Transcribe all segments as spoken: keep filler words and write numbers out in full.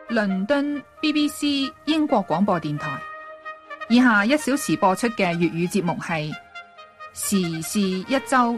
倫敦 B B C 英國廣播電台，以下一小時播出嘅粵語節目係時事一周。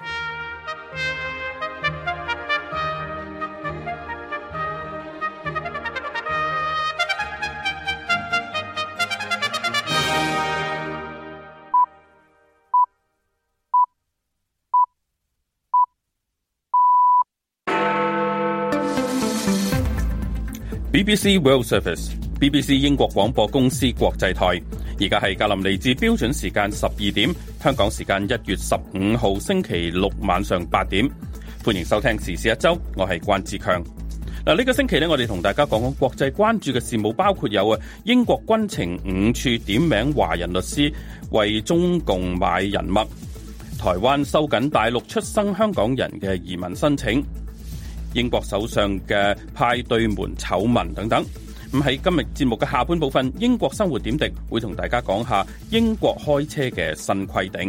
B B C World Service，B B C 英國廣播公司國際台。而家係格林尼治標準時間十二點，香港時間一月十五號星期六晚上八點。歡迎收聽時事一周，我係關志強。嗱，呢個星期咧，我哋同大家講講國際關注嘅事務，包括有啊，英國軍情五處點名華人律師為中共買人脈，台灣收緊大陸出生香港人嘅移民申請，英國首相嘅派對門醜聞等等。咁喺今日節目嘅下半部分，英國生活點滴會同大家講下英國開車嘅新規定。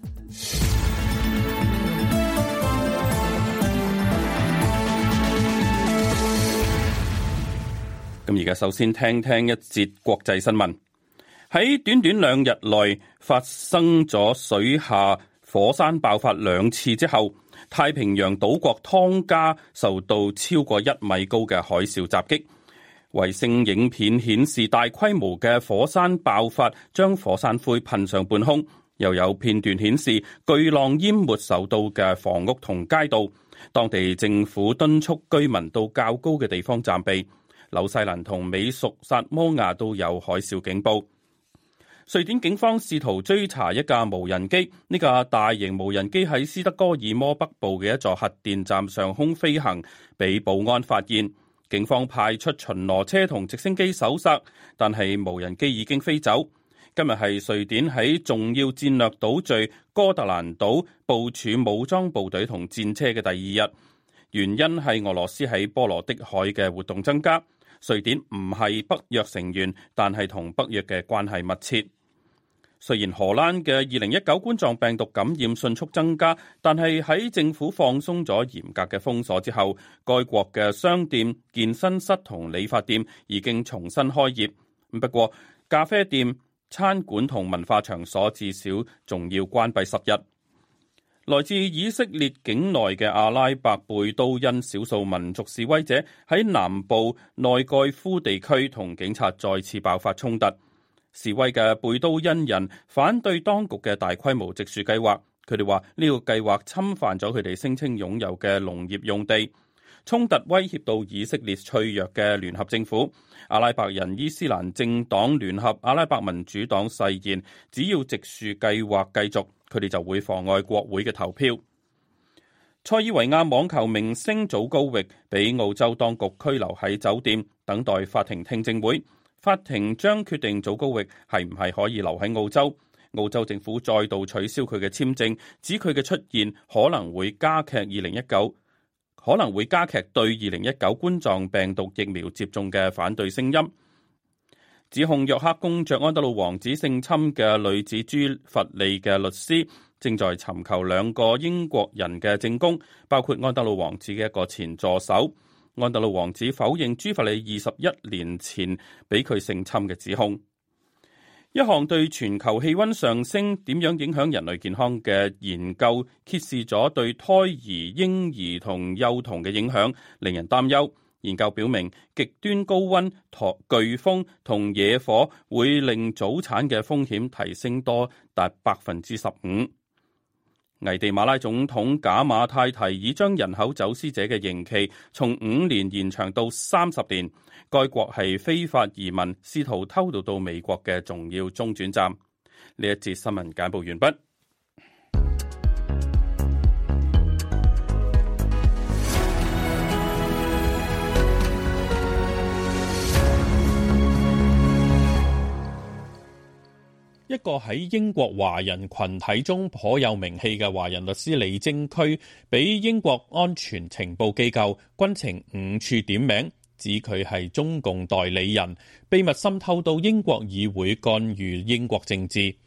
咁而家首先聽聽一節國際新聞。喺短短兩日內發生咗水下火山爆發兩次之後，太平洋島國湯加受到超過一米高嘅海嘯襲擊。衛星影片顯示大規模嘅火山爆發將火山灰噴上半空，又有片段顯示巨浪淹沒首都嘅房屋同街道。當地政府敦促居民到較高嘅地方暫避。紐西蘭同美屬薩摩亞都有海嘯警報。瑞典警方試圖追查一架無人機，呢架大型無人機喺斯德哥爾摩北部嘅一座核電站上空飛行，被保安發現。警方派出巡邏車同直升機搜索，但係無人機已經飛走。今日係瑞典喺重要戰略島嶼哥特蘭島部署武裝部隊同戰車嘅第二日，原因係俄羅斯喺波羅的海嘅活動增加。瑞典唔係北約成員，但係同北約嘅關係密切。雖然荷蘭嘅二零一九冠狀病毒感染迅速增加，但係喺政府放鬆咗嚴格嘅封鎖之後，該國嘅商店、健身室同理髮店已經重新開業。不過，咖啡店、餐館同文化場所至少仲要關閉十日。來自以色列境內嘅阿拉伯貝都因少數民族示威者喺南部內蓋夫地區同警察再次爆發衝突。示威嘅貝都因人反對當局嘅大規模植樹計劃，佢哋話呢個計劃侵犯咗佢哋聲稱擁有嘅農業用地。衝突威脅到以色列脆弱嘅聯合政府。阿拉伯人伊斯蘭政黨聯合阿拉伯民主黨誓言，只要植樹計劃繼續，佢哋就會妨礙國會嘅投票。塞爾維亞網球明星祖高域被澳洲當局拘留喺酒店，等待法庭聽證會。法庭將決定祖高域係唔係可以留喺澳洲。澳洲政府再度取消佢嘅簽證，指佢嘅出現可能會加劇二零一九可能會加劇對二零一九冠狀病毒疫苗接種嘅反對聲音。指控約克公爵安德魯王子性侵嘅女子朱弗利嘅律師正在尋求兩個英國人嘅證供，包括安德魯王子嘅一個前助手。安德魯王子否認朱弗利二十一年前俾佢性侵嘅指控。一項對全球氣溫上升點樣影響人類健康嘅研究揭示咗對胎兒、嬰兒同幼童嘅影響，令人擔憂。研究表明，極端高溫、颶風同野火會令早產嘅風險提升多達百分之十五。危地馬拉總統賈馬泰提議將人口走私者嘅刑期從五年延長到三十年。該國係非法移民試圖偷渡到美國嘅重要中轉站。呢一節新聞簡報完畢。一個喺英國華人群體中頗有名氣嘅華人律師李貞駒，俾英國安全情報機構軍情五處點名，指佢係中共代理人，秘密滲透到英國議會干預英國政治。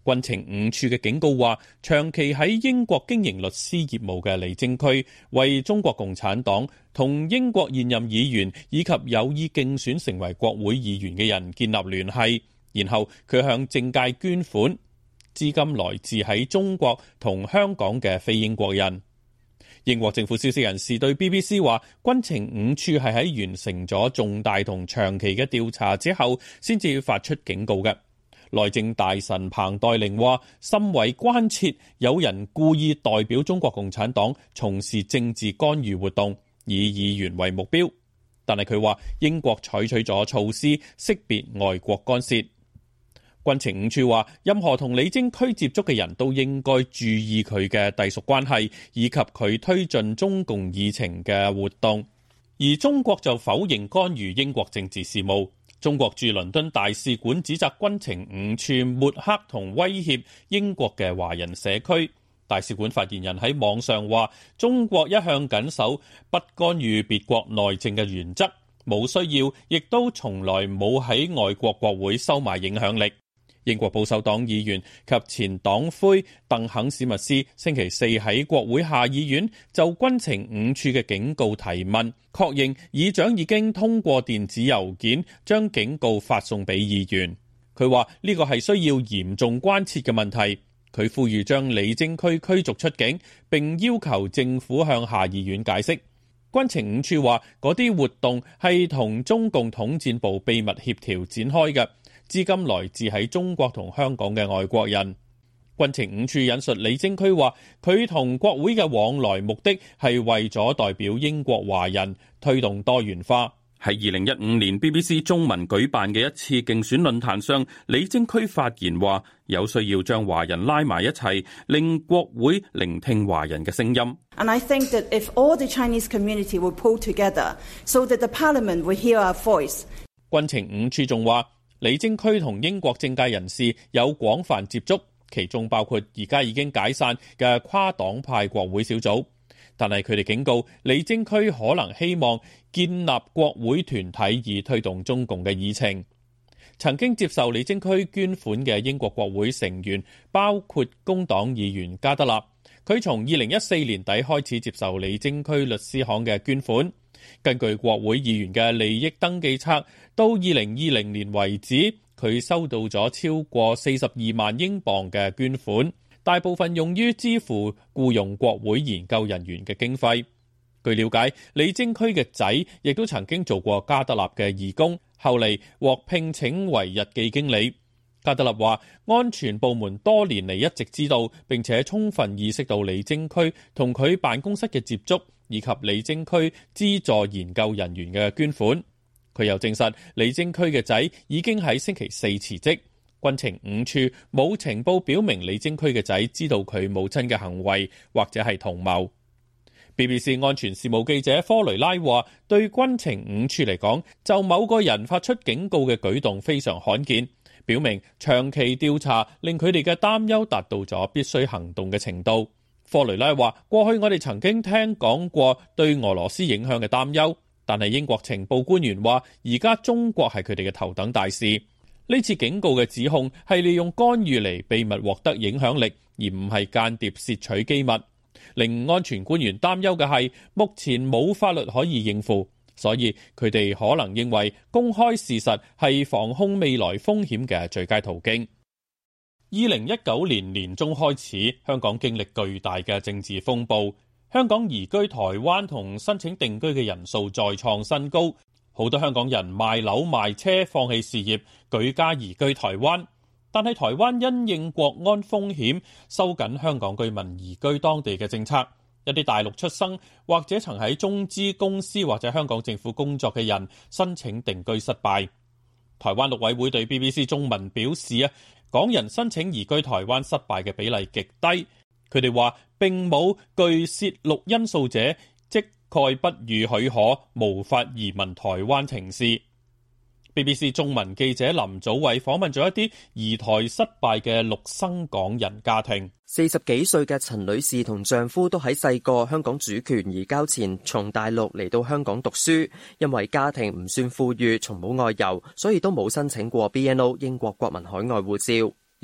軍情五處嘅警告話，長期喺英國經營律師業務嘅李貞駒為中國共產黨同英國現任議員以及有意競選成為國會議員嘅人建立聯繫，然後佢向政界捐款，資金來自喺中國同香港嘅非英國人。英國政府消息人士對 B B C 話，軍情五處係喺完成咗重大同長期嘅調查之後先至發出警告嘅。內政大臣彭黛玲話，深為關切有人故意代表中國共產黨從事政治干預活動，以議員為目標。但係佢話，英國採取咗措施識別外國干涉。軍情五處話，任何同李貞駒接觸嘅人都應該注意佢嘅隸屬關係，以及佢推進中共議程嘅活動。而中國就否認干預英國政治事務。中國駐倫敦大使館指責軍情五處抹黑同威脅英國嘅華人社區。大使館發言人喺網上話，中國一向謹守不干預別國內政嘅原則，冇需要，亦都從來冇喺外國國會收買影響力。英國保守黨議員及前黨魁鄧肯史密斯星期四喺國會下議院就軍情五處嘅警告提問，確認議長已經通過電子郵件將警告發送俾議員。佢話呢個係需要嚴重關切嘅問題。佢呼籲將李貞駒驅逐出境，並要求政府向下議院解釋。軍情五處話嗰啲活動係同中共統戰部秘密協調展開嘅。資金來自喺中國同香港嘅外國人。軍情五處引述李貞駒話，佢同國會嘅往來目的係為咗代表英國華人推動多元化。喺二零一五年 B B C 中文舉辦嘅一次競選論壇上，李貞駒發言話，有需要將華人拉埋一齊，令國會聆聽華人嘅聲音。 And I think that if all the Chinese community will pull together, so that the Parliament will hear our voice。 軍情五處仲話，李貞駒同英國政界人士有廣泛接觸，其中包括而家已經解散嘅跨黨派國會小組。但係佢哋警告，李貞駒可能希望建立國會團體以推動中共嘅議程。曾經接受李貞駒捐款嘅英國國會成員包括工黨議員加德納，佢從二零一四年底開始接受李貞駒律師行嘅捐款。根據國會議員嘅利益登記冊，到二零二零年為止，佢收到咗超過四十二萬英鎊嘅捐款，大部分用於支付僱用國會研究人員嘅經費。據了解，李貞駒嘅仔亦都曾經做過加德納嘅義工，後嚟獲聘請為日記經理。加德納話，安全部門多年嚟一直知道並且充分意識到李貞駒同佢辦公室嘅接觸，以及李貞駒資助研究人員嘅捐款。佢又證實李貞駒嘅仔已經喺星期四辭職。軍情五處冇情報表明李貞駒嘅仔知道佢母親嘅行為或者係同謀。B B C 安全事務記者科雷拉話，對軍情五處嚟講，就某個人發出警告嘅舉動非常罕見，表明長期調查令佢哋嘅擔憂達到咗必須行動嘅程度。科雷拉話，過去我哋曾經聽講過對俄羅斯影響嘅擔憂，但係英國情報官員話，而家中國係佢哋嘅頭等大事。呢次警告嘅指控係利用干預嚟秘密獲得影響力，而唔係間諜竊取機密。令安全官員擔憂嘅係，目前冇法律可以應付，所以佢哋可能認為公開事實係防控未來風險嘅最佳途徑。二零一九年年中開始，香港經歷巨大嘅政治風暴，香港移居台灣同申請定居嘅人數再創新高，好多香港人賣樓賣車放棄事業，舉家移居台灣。但係台灣因應國安風險，收緊香港居民移居當地嘅政策。一啲大陸出生或者曾喺中資公司或者香港政府工作嘅人申請定居失敗。台灣陸委會對 B B C 中文表示啊，港人申請移居台灣失敗嘅比例極低。佢哋話並冇具泄露因素者，即概不予許可，無法移民台灣情事。B B C 中文記者林祖偉訪問咗一啲移台失敗嘅陸生港人家庭。 四十幾歲嘅陳女士同丈夫都喺細個香港主權移交前從大陸嚟到香港讀書，因為家庭唔算富裕，從冇外遊，所以都冇申請過 B N O 英國國民海外護照。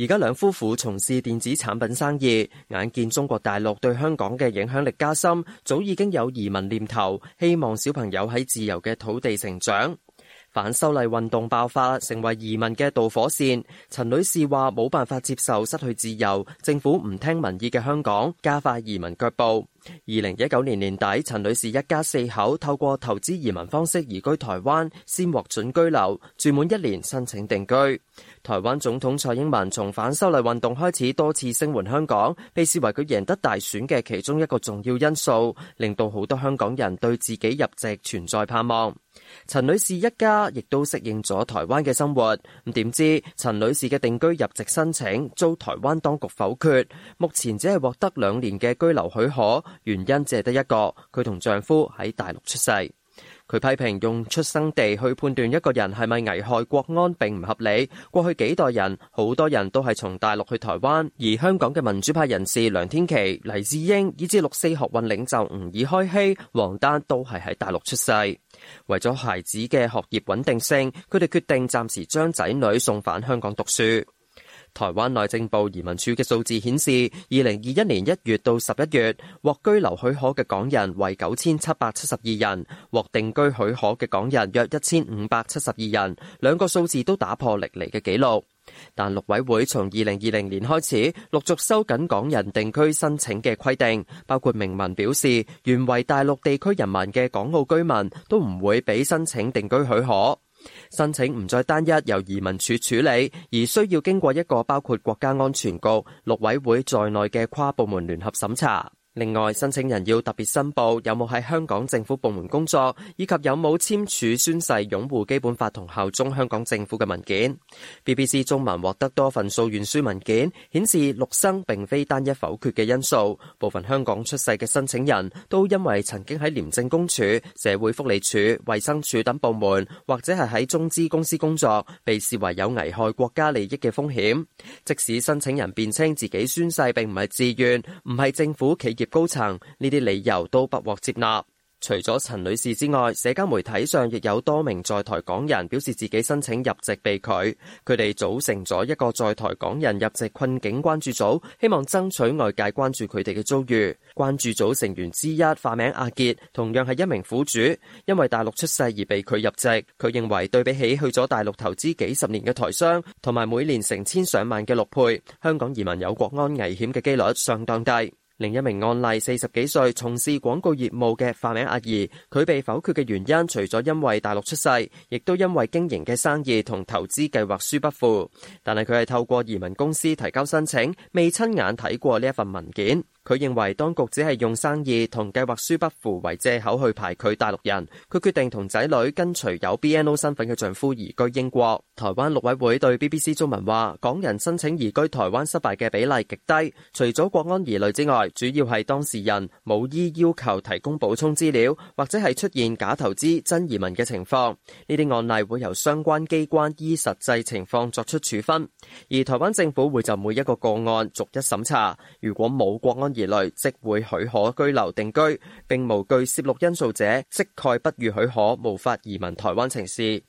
而家兩夫婦從事電子產品生意，眼見中國大陸對香港嘅影響力加深，早已經有移民念頭，希望小朋友喺自由嘅土地成長。反修例運動爆發，成為移民嘅導火線。陳女士話冇辦法接受失去自由，政府唔聽民意嘅香港，加快移民腳步。二零一九年年底，陳女士一家四口透過投資移民方式移居台灣，先獲准居留，住滿一年申請定居。台灣總統蔡英文從反修例運動開始多次聲援香港，被視為佢贏得大選嘅其中一個重要因素，令到好多香港人對自己入籍存在盼望。陳女士一家亦都適應咗台灣嘅生活，咁點知陳女士嘅定居入籍申請遭台灣當局否決，目前只係獲得兩年嘅居留許可，原因只係得一個，佢同丈夫喺大陸出世。佢批評用出生地去判斷一個人係咪危害國安並唔合理。過去幾代人，好多人都係從大陸去台灣，而香港嘅民主派人士梁天琦、黎智英，以至六四學運領袖吾爾開希、王丹都係喺大陸出世。為咗孩子嘅學業穩定性，佢哋決定暫時將仔女送返香港讀書。台灣內政部移民署嘅數字顯示，二零二一年一月到十一月獲居留許可嘅港人為九千七百七十二人，獲定居許可嘅港人約一千五百七十二人，兩個數字都打破歷嚟嘅紀錄。但陸委會從二零二零年開始陸續收緊港人定居申請嘅規定，包括明文表示原為大陸地區人民嘅港澳居民都唔會俾申請定居許可。申請唔再單一由移民署處理，而需要經過一個包括國家安全局、陸委會在內嘅跨部門聯合審查。另外，申請人要特別申報有冇喺香港政府部門工作，以及有冇簽署宣誓擁護基本法同效忠香港政府嘅文件。B B C 中文獲得多份訴願書文件，顯示陸生並非單一否決嘅因素。部分香港出世嘅申請人都因為曾經喺廉政公署、社會福利署、衛生署等部門，或者係喺中資公司工作，被視為有危害國家利益嘅風險。即使申請人辯稱自己宣誓並唔係自願，唔係政府企業高層，呢啲理由都不獲接納。除咗陳女士之外，社交媒體上亦有多名在台港人表示自己申請入籍被拒。佢哋組成咗一個在台港人入籍困境關注組，希望爭取外界關注佢哋嘅遭遇。關注組成員之一化名阿傑，同樣係一名苦主，因為大陸出世而被拒入籍。佢認為對比起去咗大陸投資幾十年嘅台商，同埋每年成千上萬嘅陸配，香港移民有國安危險嘅機率相當低。另一名案例，四十幾歲從事廣告業務嘅化名阿儀，佢被否決嘅原因，除咗因為大陸出世，亦都因為經營嘅生意同投資計劃書不符。但係佢係透過移民公司提交申請，未親眼睇過呢一份文件。佢認為當局只係用生意同計劃書不符為藉口去排拒大陸人。佢決定同仔女跟隨有 B N O 身份嘅丈夫移居英國。台灣陸委會對 B B C 中文話，港人申請移居台灣失敗嘅比例極低，除咗國安疑慮之外，主要係當事人冇依要求提供補充資料，或者係出現假投資真移民嘅情況。呢啲案例會由相關機關依實際情況作出處分，而台灣政府會就每一個個案逐一審查。如果冇國安疑慮，即會許可居留定居，並無具攝錄因素者，即概不予許可，無法移民台灣情事。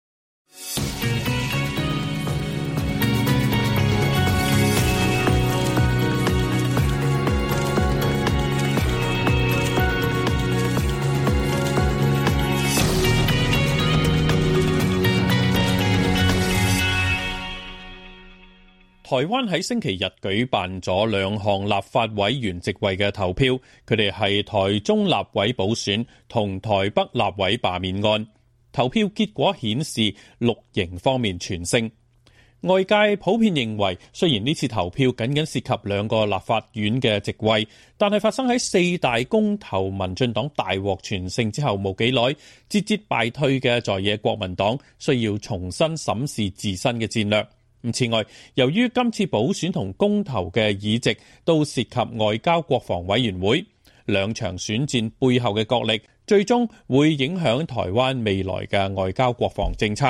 台灣喺星期日舉辦咗兩項立法委員席位嘅投票，佢哋係台中立委補選同台北立委罷免案。投票結果顯示綠營方面全勝。外界普遍認為，雖然呢次投票僅僅涉及兩個立法院嘅席位，但係發生喺四大公投民進黨大獲全勝之後冇幾耐，節節敗退嘅在野國民黨需要重新審視自身嘅戰略。此外，由於今次補選同公投嘅議席都涉及外交國防委員會，兩場選戰背後嘅角力，最終會影響台灣未來嘅外交國防政策。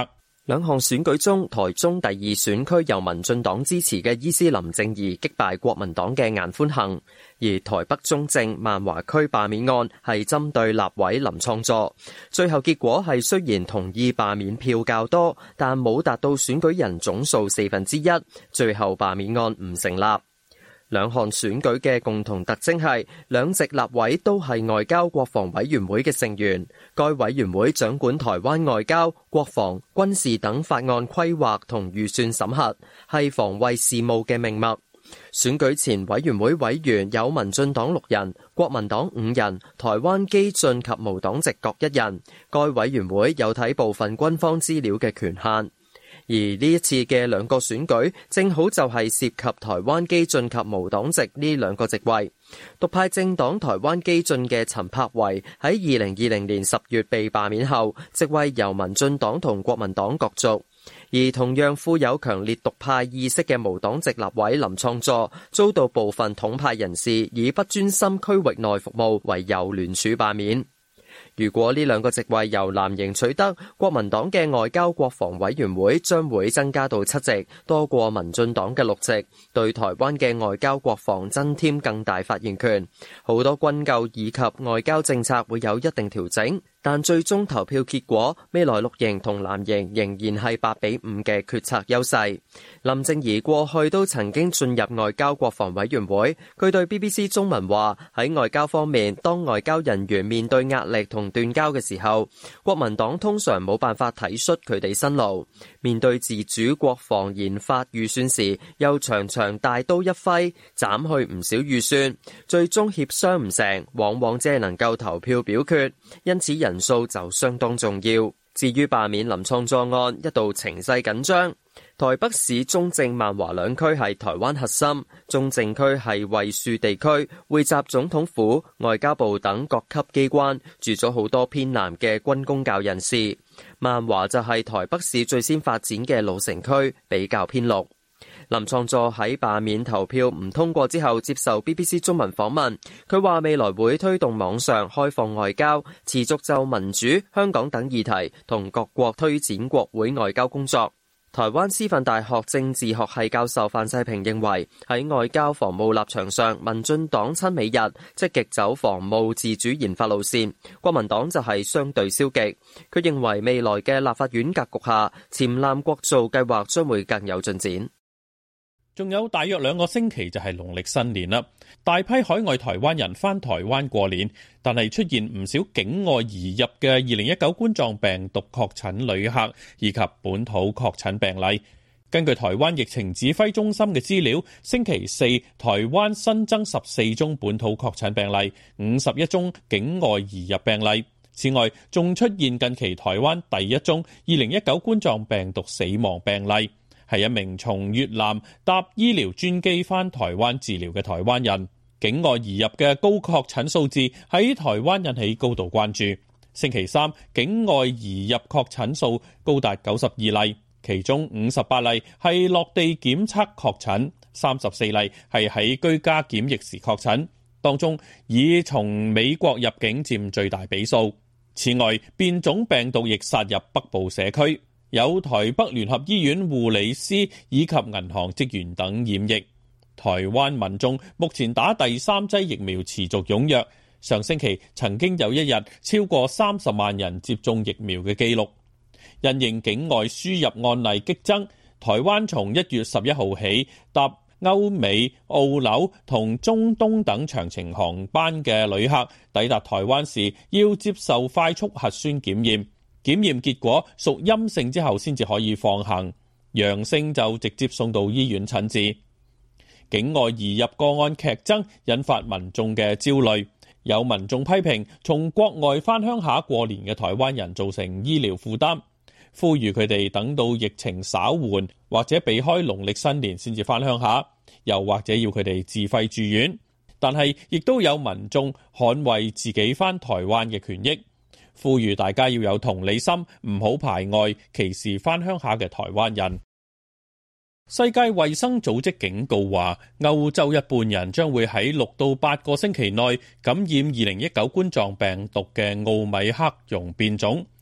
兩項選舉中，台中第二選區由民進黨支持嘅伊斯林正義擊敗國民黨嘅顏寬恆，而台北中正萬華區罷免案係針對立委林創佐。最後結果係雖然同意罷免票較多，但冇達到選舉人總數四分之一，最後罷免案唔成立。兩項選舉嘅共同特徵係兩席立委都係外交國防委員會嘅成員，該委員會掌管台灣外交、國防、軍事等法案規劃同預算審核，係防衛事務嘅命脈。選舉前委員會委員有民進黨六人、國民黨五人、台灣基進及無黨籍各一人，該委員會有睇部分軍方資料嘅權限。而呢一次嘅兩個選舉，正好就係涉及台灣基進及無黨籍呢兩個席位。獨派政黨台灣基進嘅陳柏惟喺二零二零年十月被罷免後，席位由民進黨同國民黨角逐。而同樣富有強烈獨派意識嘅無黨籍立委林創佐，遭到部分統派人士以不專心區域內服務為由聯署罷免。如果呢兩個席位由藍營取得，國民黨嘅外交國防委員會將會增加到七席，多過民進黨嘅六席，對台灣嘅外交國防增添更大發言權。好多軍購以及外交政策會有一定調整，但最終投票結果，未來綠營同藍營仍然係八比五嘅決策優勢。林正儀過去都曾經進入外交國防委員會，佢對 B B C 中文話，喺外交方面，當外交人員面對壓力同斷交嘅時候，國民黨通常冇辦法體恤佢哋辛勞，面對自主國防研發預算時，又常常大刀一揮斬去唔少預算，最終協商唔成，往往只係能夠投票表決，因此人數就相當重要。至於罷免林創佐案，一度情勢緊張。台北市中正萬華兩區係台灣核心，中正區係衛戍地區，匯集總統府、外交部等各級機關，住咗好多偏南嘅軍公教人士。萬華就係台北市最先發展嘅老城區，比較偏綠。林創佐喺罷免投票唔通過之後接受 B B C 中文訪問，佢話未來會推動網上開放外交，持續就民主、香港等議題同各國推展國會外交工作。台灣師範大學政治學系教授范世平認為，喺外交防務立場上，民進黨親美日，積極走防務自主研發路線，國民黨就係相對消極。佢認為未來嘅立法院格局下，潛艦國造計劃將會更有進展。 仲有大約兩個星期就係農曆新年啦，大批海外台灣人返台灣過年，但係出現唔少境外移入嘅二零一九冠狀病毒確診旅客以及本土確診病例。根據台灣疫情指揮中心嘅資料，星期四台灣新增十四宗本土確診病例，五十一宗境外移入病例。此外，仲出現近期台灣第一宗二零一九冠狀病毒死亡病例。係一名從越南搭醫療專機返台灣治療嘅台灣人，境外移入嘅高確診數字喺台灣引起高度關注。星期三，境外移入確診數高達九十二例，其中五十八例係落地檢測確診，三十四例係喺居家檢疫時確診，當中以從美國入境佔最大比數。此外，變種病毒亦殺入北部社區。有台北聯合醫院護理師以及銀行職員等染疫。台灣民眾目前打第三劑疫苗持續踴躍，上星期曾經有一日超過三十萬人接種疫苗嘅記錄。因應境外輸入案例激增，台灣從一月十一號起搭歐美、澳紐同中東等長程航班嘅旅客抵達台灣時，要接受快速核酸檢驗。檢驗結果屬陰性之後先至可以放行，陽性就直接送到醫院診治。境外移入個案劇增，引發民眾嘅焦慮。有民眾批評從國外返鄉下過年嘅台灣人造成醫療負擔，呼籲佢哋等到疫情稍緩或者避開農曆新年先至返鄉下，又或者要佢哋自費住院。但係亦都有民眾捍衛自己返台灣嘅權益，呼籲大家要有同理心，唔好排外歧視返鄉下嘅台灣人。世界衛生組織警告話，歐洲一半人將會喺六到八個星期內感染二零一九冠狀病毒嘅奧米克戎變種。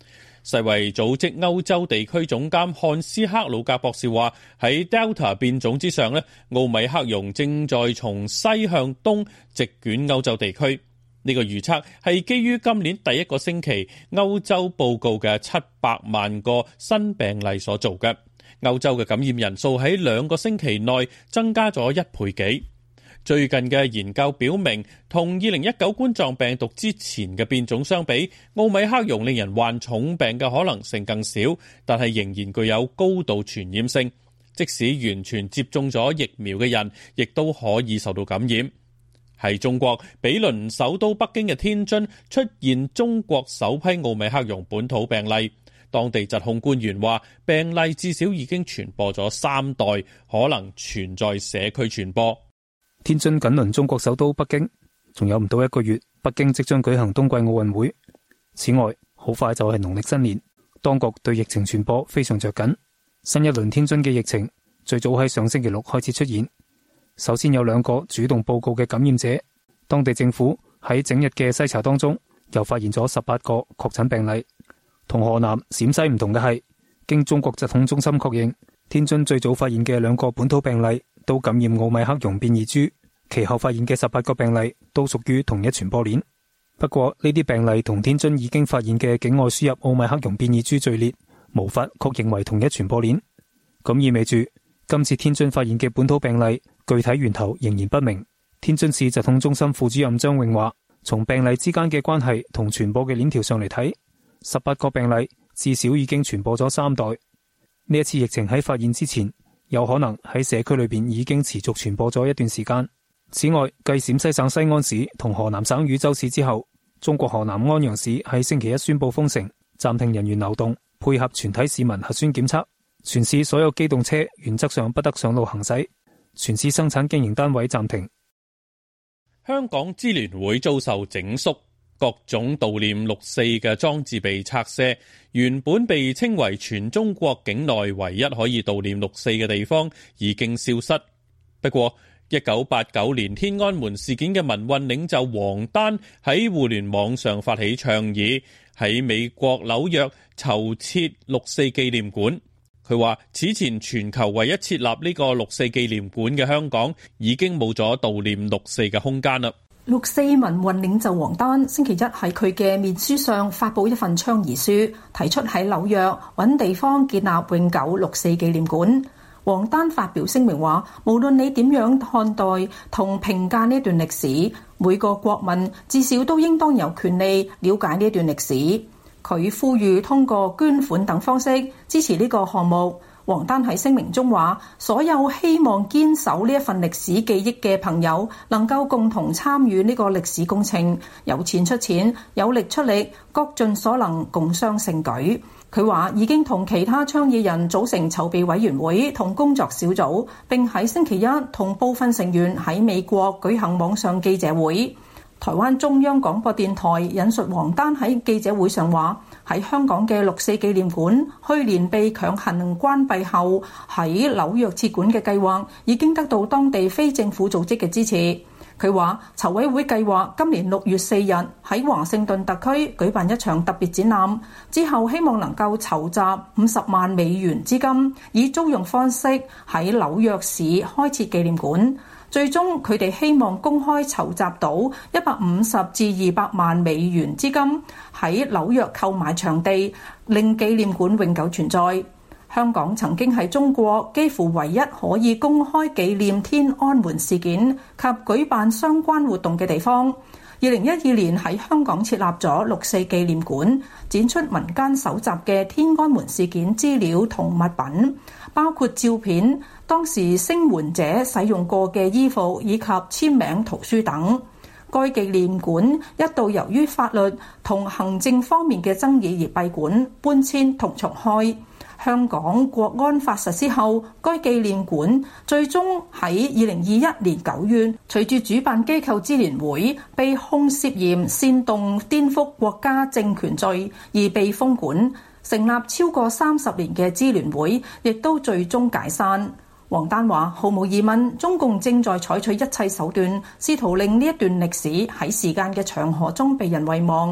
世衛組織歐洲地區總監漢斯克魯格博士話，喺 Delta 變種之上呢，奧米克戎正在從西向東席捲歐洲地區。呢個預測係基於今年第一個星期歐洲報告嘅七百萬個新病例所做嘅。歐洲嘅感染人數喺兩個星期內增加咗一倍幾。最近嘅研究表明，同二零一九冠狀病毒之前嘅變種相比，奧米克戎令人患重病嘅可能性更少，但係仍然具有高度傳染性。即使完全接種咗疫苗嘅人，亦都可以受到感染。喺中國，比鄰首都北京嘅天津出現中國首批奧米克戎本土病例。當地疾控官員話，病例至少已經傳播咗三代，可能存在社區傳播。 天津緊鄰中國首都北京，仲有唔到一個月，北京即將舉行冬季奧運會。此外，好快就係農曆新年，當局對疫情傳播非常着緊。新一輪天津嘅疫情最早喺上星期六開始出現，首先有兩個主動報告嘅感染者，當地政府喺整日嘅篩查當中又發現咗十八個確診病例。同河南、陝西唔同嘅係，經中國疾控中心確認，天津最早發現嘅兩個本土病例都感染奧米克戎變異株，其後發現嘅十八個病例都屬於同一傳播鏈。不過呢啲病例同天津已經發現嘅境外輸入奧米克戎變異株序列無法確認為同一傳播鏈，咁意味住今次天津發現嘅本土病例具體源頭仍然不明。天津市疾控中心副主任張穎話，從病例之間嘅關係同傳播嘅鏈條上嚟睇，十八個病例至少已經傳播咗三代。呢一次疫情喺發現之前，有可能喺社區裏邊已經持續傳播咗一段時間。此外，繼陝西省西安市同河南省禹州市之後，中國河南安陽市喺星期一宣布封城，暫停人員流動，配合全體市民核酸檢測。全市所有機動車原則上不得上路行駛，全市生產經營單位暫停。 香港支聯會遭受整肅，各種悼念六四嘅裝置被拆卸，原本被稱為全中國境內唯一可以悼念六四嘅地方已經消失。不過一九八九年天安門事件嘅民運領袖王丹喺互聯網上發起倡議，喺美國紐約籌設六四紀念館。佢話此前全球唯一設立呢個六四紀念館嘅香港已經冇咗悼念六四嘅空間啦。 六四民運領袖王丹星期一喺佢嘅面書上發布一份倡議書，提出喺紐約揾地方建立永久六四紀念館。王丹發表聲明話，無論你點樣看待同評價呢段歷史，每個國民至少都應當有權利了解呢段歷史。佢呼籲通過捐款等方式支持呢個項目。王丹喺聲明中話，所有希望堅守呢一份歷史記憶嘅朋友能夠共同參與呢個歷史工程，有錢出錢，有力出力，各盡所能，共襄盛舉。佢話已經同其他倡議人組成籌備委員會同工作小組，並喺星期一同部分成員喺美國舉行網上記者會。台灣中央廣播電台引述王丹喺記者會上話，喺香港嘅六四紀念館去年被強行關閉後，喺紐約設館嘅計劃已經得到當地非政府組織嘅支持。佢話籌委會計劃今年六月四日喺華盛頓特區舉辦一場特別展覽，之後希望能夠籌集五十萬美元資金，以租用方式喺紐約市開設紀念館。最終佢哋希望公開籌集到一百五十至二百萬美元資金，喺紐約購買場地，令紀念館永久存在。香港曾經係中國幾乎唯一可以公開紀念天安門事件及舉辦相關活動嘅地方。二零一二年喺香港設立咗六四紀念館，展出民間搜集嘅天安門事件資料同物品，包括照片、當時聲援者使用過嘅衣服以及簽名圖書等。該紀念館一度由於法律同行政方面嘅爭議而閉館、搬遷同重開。香港國安法實施後，該紀念館最終喺二零二一年九月，隨住主辦機構支聯會被控涉嫌煽動顛覆國家政權罪而被封館。成立超過三十年嘅支聯會亦都最終解散。王丹話：毫無疑問，中共正在採取一切手段，試圖令呢一段歷史喺時間嘅長河中被人遺忘。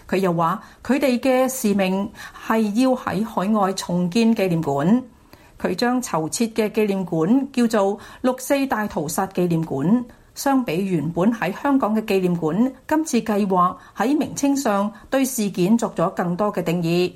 佢又話佢哋嘅使命係要喺海外重建紀念館。佢將籌設嘅紀念館叫做六四大屠殺紀念館。相比原本喺香港嘅紀念館，今次計劃喺名稱上對事件作咗更多嘅定義。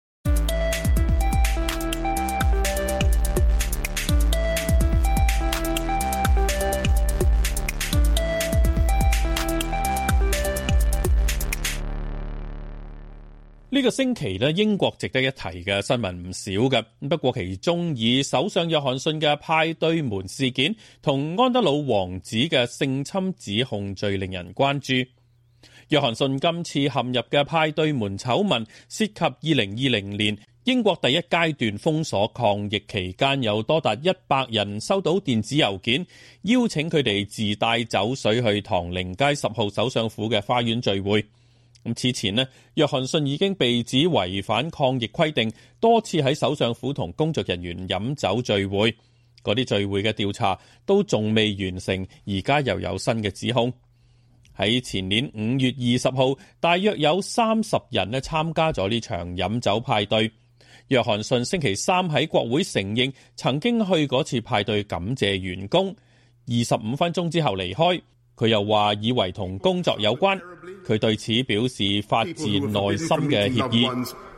呢個星期咧，英國值得一提嘅新聞唔少嘅，不過其中以首相約翰遜嘅派對門事件同安德魯王子嘅性侵指控最令人關注。約翰遜今次陷入嘅派對門醜聞涉及二零二零年英國第一階段封鎖抗疫期間，有多達一百人收到電子郵件，邀請佢哋自帶酒水去唐寧街十號首相府嘅花園聚會。咁此前呢，約翰遜已經被指違反抗疫規定，多次喺首相府同工作人員飲酒聚會。嗰啲聚會嘅調查都仲未完成，而家又有新嘅指控。喺前年五月二十號，大約有三十人呢參加咗呢場飲酒派對。約翰遜星期三喺國會承認曾經去嗰次派對感謝員工，二十五分鐘之後離開。佢又話以為同工作有關，佢對此表示發自內心嘅歉意。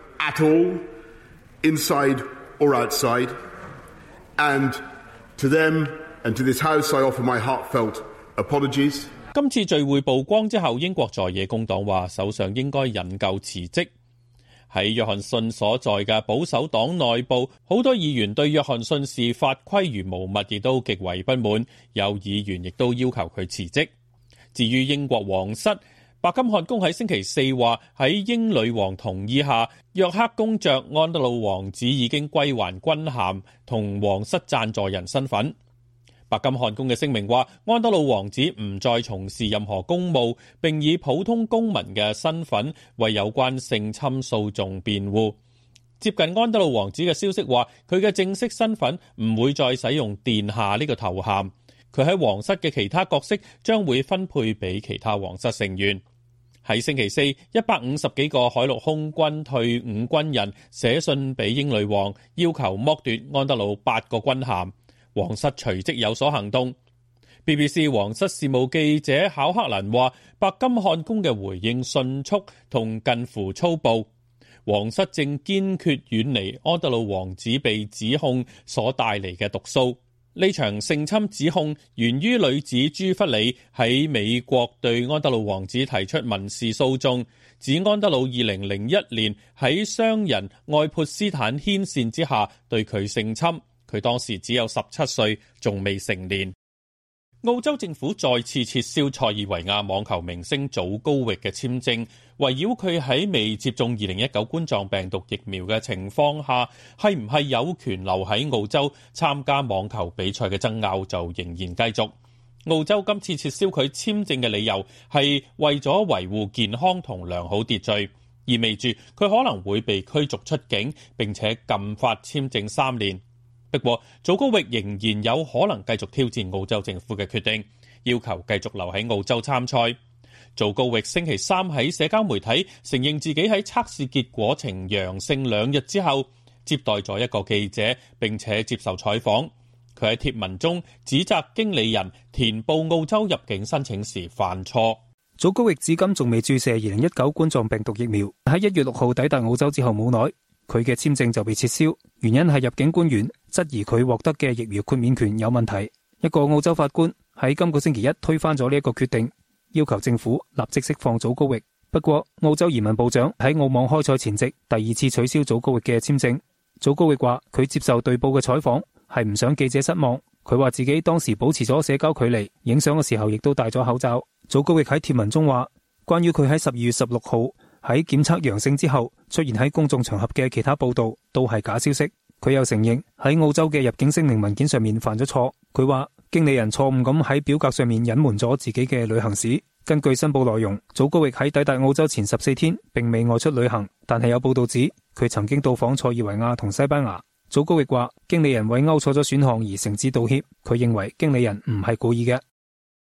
今次聚會曝光之後，英國在野工黨話首相應該引咎辭職。喺約翰遜所在嘅保守黨內部，好多議員對約翰遜視法規如無物，亦都極為不滿。有議員亦都要求佢辭職。至於英國皇室，白金漢宮喺星期四話喺英女王同意下，約克公爵安德魯王子已經歸還軍銜同皇室贊助人身份。白金漢宮嘅聲明話，安德魯王子唔再從事任何公務，並以普通公民嘅身份為有關性侵訴訟辯護。接近安德魯王子嘅消息話，佢嘅正式身份唔會再使用殿下呢個頭銜，佢喺皇室嘅其他角色將會分配俾其他皇室成員。喺星期四，一百五十幾個海陸空軍退伍軍人寫信俾英女王，要求剝奪安德魯八個軍銜。皇室隨即有所行動。B B C 皇室事務記者考克蘭話，白金漢宮嘅回應迅速同近乎粗暴。皇室正堅決遠離安德魯王子被指控所帶嚟嘅毒素。呢場性侵指控源於女子朱弗里喺美國對安德魯王子提出民事訴訟，指安德魯二零零一年喺商人愛潑斯坦牽線之下對佢性侵。佢當時只有十七歲，仲未成年。澳洲政府再次撤銷塞爾維亞網球明星祖高域嘅簽證，圍繞佢喺未接種二零一九冠狀病毒疫苗嘅情況下，係唔係有權留喺澳洲參加網球比賽嘅爭拗就仍然繼續。澳洲今次撤銷佢簽證嘅理由係為咗維護健康同良好秩序，意味住佢可能會被驅逐出境，並且禁發簽證三年。不過，祖高域仍然有可能繼續挑戰澳洲政府嘅決定，要求繼續留喺澳洲參賽。祖高域星期三喺社交媒體承認自己喺測試結果呈陽性兩日之後，接待咗一個記者，並且接受採訪。佢喺貼文中指責經理人填報澳洲入境申請時犯錯。 祖高域至今仲未注射二零一九冠狀病毒疫苗，喺一月六號抵達澳洲之後冇耐，佢嘅簽證就被撤銷，原因係入境官員質疑佢獲得嘅疫苗豁免權有問題。一個澳洲法官喺今個星期一推翻咗呢一個決定，要求政府立即釋放祖高域。不過，澳洲移民部長喺澳網開賽前夕第二次取消祖高域嘅簽證。祖高域話佢接受隊報嘅採訪係唔想記者失望。佢話自己當時保持咗社交距離，影相嘅時候亦都戴咗口罩。祖高域喺貼文中話，關於佢喺十二月十六號喺檢測陽性之後出現喺公眾場合嘅其他報道都係假消息。佢又承認喺澳洲嘅入境聲明文件上面犯咗錯。佢話經理人錯誤咁喺表格上面隱瞞咗自己嘅旅行史。根據申報內容，祖高域喺抵達澳洲前十四天並未外出旅行，但係有報道指佢曾經到訪塞爾維亞同西班牙。祖高域話經理人為勾錯咗選項而誠摯道歉，佢認為經理人唔係故意嘅。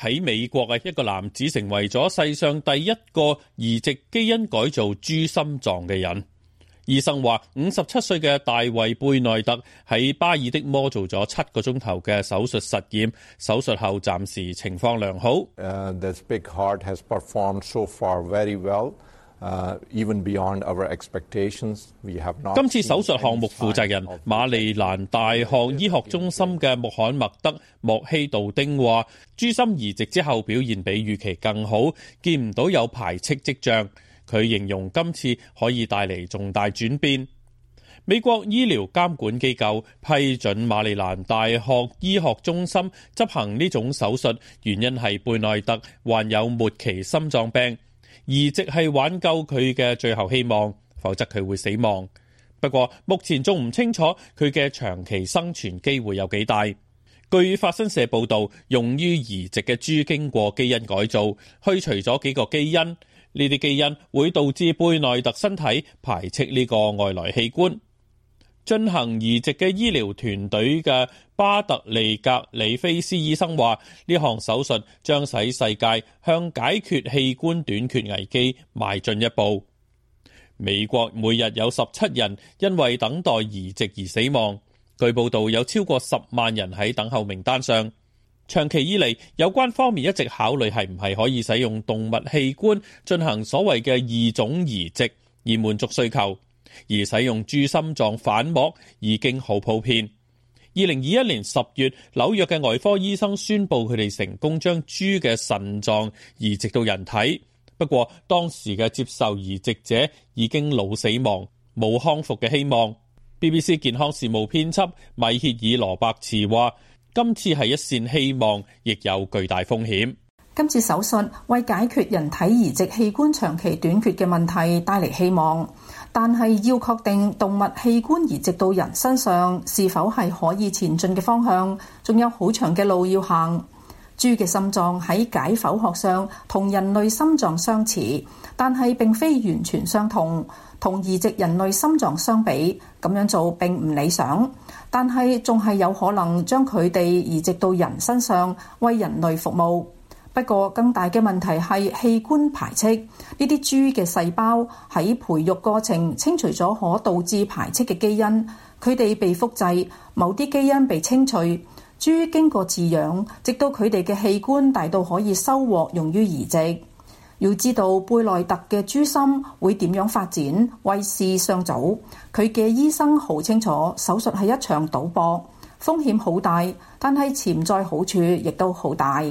喺美國嘅一個男子成為咗世上第一個移植基因改造豬心臟嘅人。醫生話，五十七歲嘅大衛貝內特喺巴爾的摩做咗七個鐘頭嘅手術實驗，手術後暫時情況良好。 Uh, this big heart has performed so far very well, uh, even beyond our expectations. We have not 今次手術項目負責人馬里蘭大學醫學中心嘅穆罕默德莫希道丁話，豬心移植之後表現比預期更好，見唔到有排斥跡象。佢形容今次可以帶嚟重大轉變。美國醫療監管機構批准馬里蘭大學醫學中心執行呢種手術，原因係貝內特患有末期心臟病，移植係挽救佢嘅最後希望，否則佢會死亡。不過目前仲唔清楚佢嘅長期生存機會有幾大。據法新社報導，用於移植嘅豬經過基因改造，去除咗幾個基因。呢啲基因會導致貝內特身體排斥呢個外來器官。進行移植嘅醫療團隊嘅巴特利格里菲斯醫生話，呢項手術將使世界向解決器官短缺危機邁進一步。美國每日有十七人因為等待移植而死亡，據報道有超過十萬人喺等候名單上。長期以嚟，有關方面一直考慮係唔係可以使用動物器官進行所謂嘅異種移植，以滿足需求。而使用豬心臟反膜已經好普遍。二零二一年十月，紐約嘅外科醫生宣布佢哋成功將豬嘅腎臟移植到人體，不過當時嘅接受移植者已經腦死亡，冇康復嘅希望。B B C 健康事務編輯米歇爾羅伯茨話，今次係一線希望，亦有巨大風險。 今次手術為解決人體移植器官長期短缺嘅問題帶嚟希望，但係要確定動物器官移植到人身上是否係可以前進嘅方向，仲有好長嘅路要行。豬嘅心臟喺解剖學上同人類心臟相似，但係並非完全相同。同移植人類心臟相比，咁樣做並唔理想，但係仲係有可能將佢哋移植到人身上，為人類服務。不過更大嘅問題係器官排斥，呢啲豬嘅細胞喺培育過程清除咗可導致排斥嘅基因，佢哋被複製，某啲基因被清除，豬經過飼養，直到佢哋嘅器官大到可以收穫用於移植。要知道貝內特嘅豬心會點樣發展，為時尚早。佢嘅醫生好清楚，手術係一場賭博，風險好大，但係潛在好處亦都好大。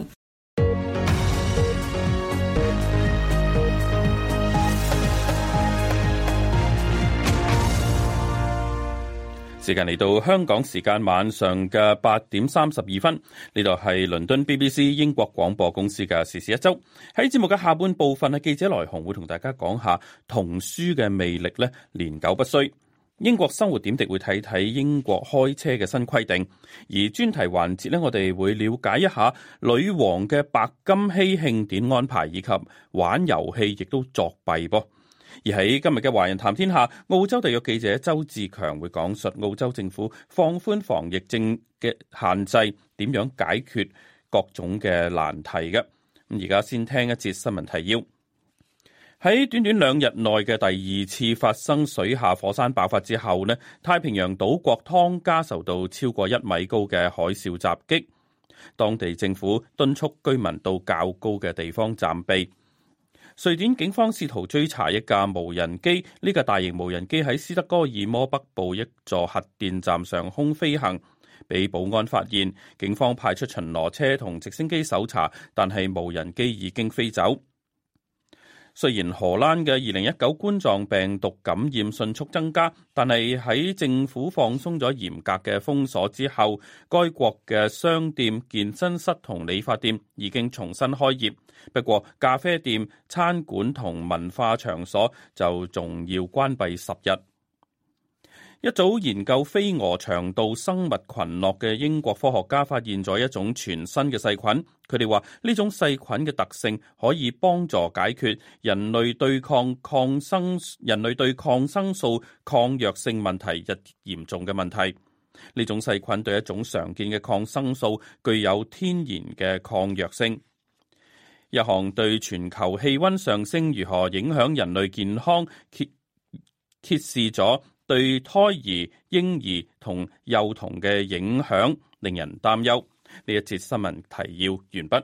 時間嚟到香港時間晚上嘅八點三十二分，呢度係倫敦 B B C 英國廣播公司嘅時事一周。喺節目嘅下半部分，記者來鴻會同大家講下童書嘅魅力咧，年久不衰。英國生活點滴會睇睇英國開車嘅新規定，而專題環節咧，我哋會了解一下女王嘅白金禧慶典安排，以及玩遊戲亦都作弊噃。而喺今日嘅華人談天下，澳洲特約記者周志強會講述澳洲政府放寬防疫政嘅限制，點樣解決各種嘅難題嘅。咁而家先聽一節新聞提要。喺短短兩日內嘅第二次發生水下火山爆發之後呢，太平洋島國湯加受到超過一米高嘅海嘯襲擊，當地政府敦促居民到較高嘅地方暫避。瑞典警方試圖追查一架無人機，呢架大型無人機喺斯德哥爾摩北部一座核電站上空飛行，被保安發現，警方派出巡邏車同直升機搜查，但係無人機已經飛走。雖然荷蘭嘅二零一九冠狀病毒感染迅速增加，但係喺政府放鬆咗嚴格嘅封鎖之後，該國嘅商店、健身室同理髮店已經重新開業。不過咖啡店、餐館同文化場所就仲要關閉十日。一組研究飛蛾腸道生物群落嘅英國科學家發現咗一種全新嘅細菌，佢哋話呢種細菌嘅特性可以幫助解決人類對抗抗生人類對抗生素抗藥性問題日嚴重嘅問題。呢種細菌對一種常見嘅抗生素具有天然嘅抗藥性。 一項對全球氣溫上升如何影響人類健康揭揭示咗對胎兒、嬰兒同幼童嘅影響，令人擔憂。呢一節新聞提要完畢。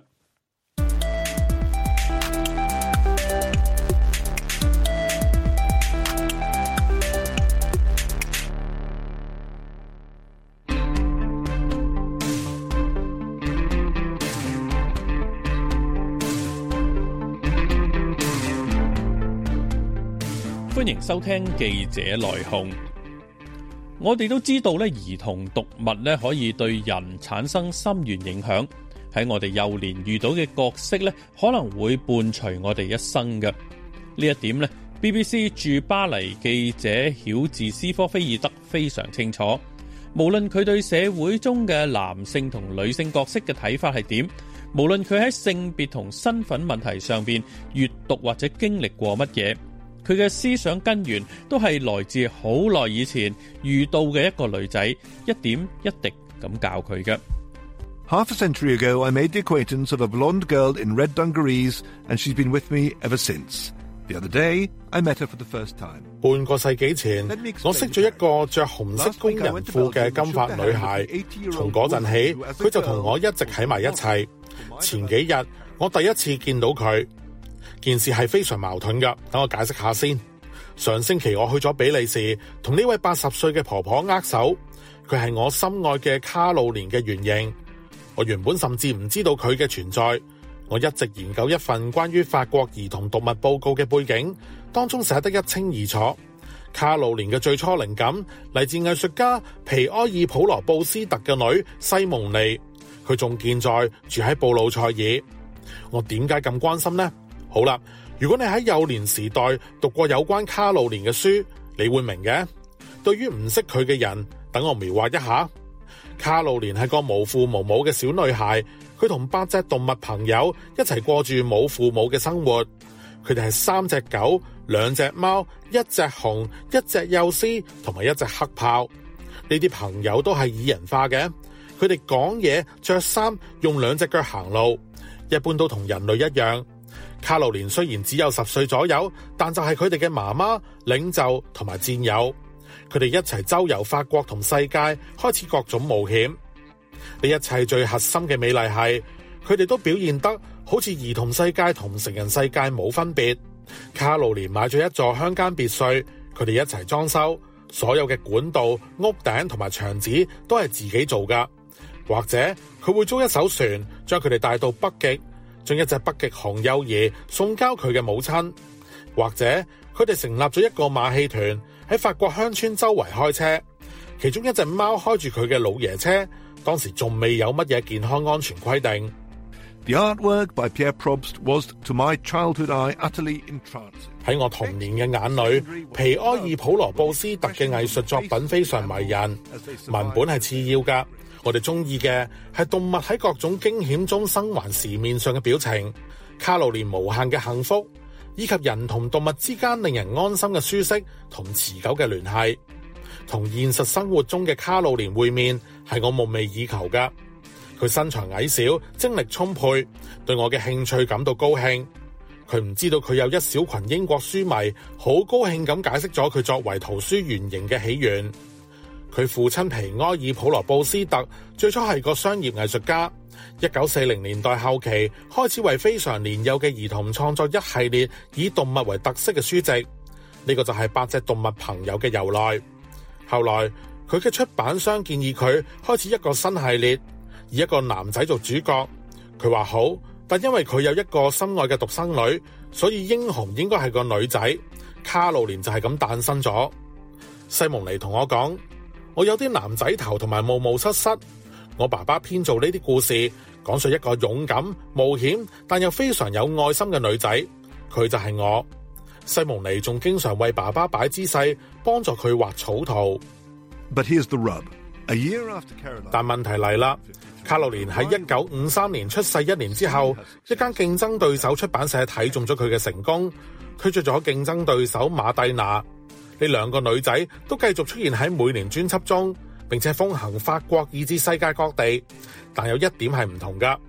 歡迎收聽記者來鴻。我哋都知道咧，兒童讀物咧可以對人產生深遠影響。喺我哋幼年遇到嘅角色咧，可能會伴隨我哋一生嘅。呢一點咧 ，B B C 駐巴黎記者曉治斯科菲爾德非常清楚。無論佢對社會中嘅男性同女性角色嘅睇法係點，無論佢喺性別同身份問題上邊閱讀或者經歷過乜嘢，佢嘅思想根源都係來自好耐以前遇到嘅一個女仔，一點一滴咁教佢嘅。 Half a century ago, I made the acquaintance of a blonde girl in red dungarees, and she's been with me ever since. The other day, I met her for the first time. 半個世紀前，我識咗一個着紅色工人褲嘅金髮女孩。從嗰陣起，佢就同我一直喺埋一齊。前幾日，我第一次見到佢。件事係非常矛盾㗎，等我解釋下先。上星期我去咗比利時，同呢位八十歲嘅婆婆握手，佢係我心愛嘅卡路連嘅原型。我原本甚至唔知道佢嘅存在。我一直研究一份關於法國兒童讀物報告嘅背景，當中寫得一清二楚。卡路連嘅最初靈感嚟自藝術家皮埃爾普羅布斯特嘅女西蒙尼，佢仲健在，住喺布魯塞爾。我點解咁關心呢？好啦，如果你喺幼年時代讀過有關卡路連嘅書，你會明嘅。對於唔識佢嘅人，等我描畫一下。卡路連係個無父無母嘅小女孩，佢同八隻動物朋友一齊過住冇父母嘅生活。佢哋係三隻狗、兩隻貓、一隻熊、一隻幼獅同埋一隻黑豹。呢啲朋友都係擬人化嘅，佢哋講嘢、着衫、用兩隻腳行路，一般都同人類一樣。卡路連雖然只有十歲左右，但就係佢哋嘅媽媽、領袖同埋戰友。佢哋一齊周遊法國同世界，開始各種冒險。呢一切最核心嘅美麗係，佢哋都表現得好似兒童世界同成人世界冇分別。卡路連買咗一座鄉間別墅，佢哋一齊裝修，所有嘅管道、屋頂同埋牆紙都係自己做噶。或者佢會租一艘船，將佢哋帶到北極，將一隻北極熊幼兒送交佢嘅母親。或者佢哋成立咗一個馬戲團，喺法國鄉村周圍開車，其中一隻貓開住佢嘅老爺車，當時仲未有乜嘢健康安全規定。 The artwork by Pierre Probst was, to my childhood eye, utterly entrancing. 喺我童年嘅眼裏，皮埃爾普羅布斯特嘅藝術作品非常迷人，文本係次要噶。我哋中意嘅係動物喺各種驚險中生還時面上嘅表情，卡路連無限嘅幸福，以及人同動物之間令人安心嘅舒適同持久嘅聯繫。同現實生活中嘅卡路連會面，係我夢寐以求噶。佢身材矮小，精力充沛，對我嘅興趣感到高興。佢唔知道佢有一小群英國書迷好高興咁解釋咗佢作為圖書原型嘅起源。佢父親皮埃爾普羅布斯特最初係個商業藝術家，一九四零年代後期開始為非常年幼嘅兒童創作一系列以動物為特色嘅書籍，呢個就係八隻動物朋友嘅由來。後來佢嘅出版商建議佢開始一個新系列，以一個男仔做主角。佢話好，但因為佢有一個心愛嘅獨生女，所以英雄應該係個女仔。卡路連就係咁誕生咗。西蒙尼同我講，我有啲男仔頭同埋冒冒失失。我爸爸編造呢啲故事，講述一個勇敢、冒險但又非常有愛心嘅女仔，佢就係我。西蒙尼仲經常為爸爸擺姿勢，幫助佢畫草圖。 But here's the rub. A year after Caroline, 但問題嚟啦，卡路連喺一九五三年出世一年之後，一間競爭對手出版社睇中咗佢嘅成功，拒絕咗競爭對手馬蒂娜。呢兩個女仔都繼續出現喺每年專輯中，並且風行法國以至世界各地。但有一點係唔同噶，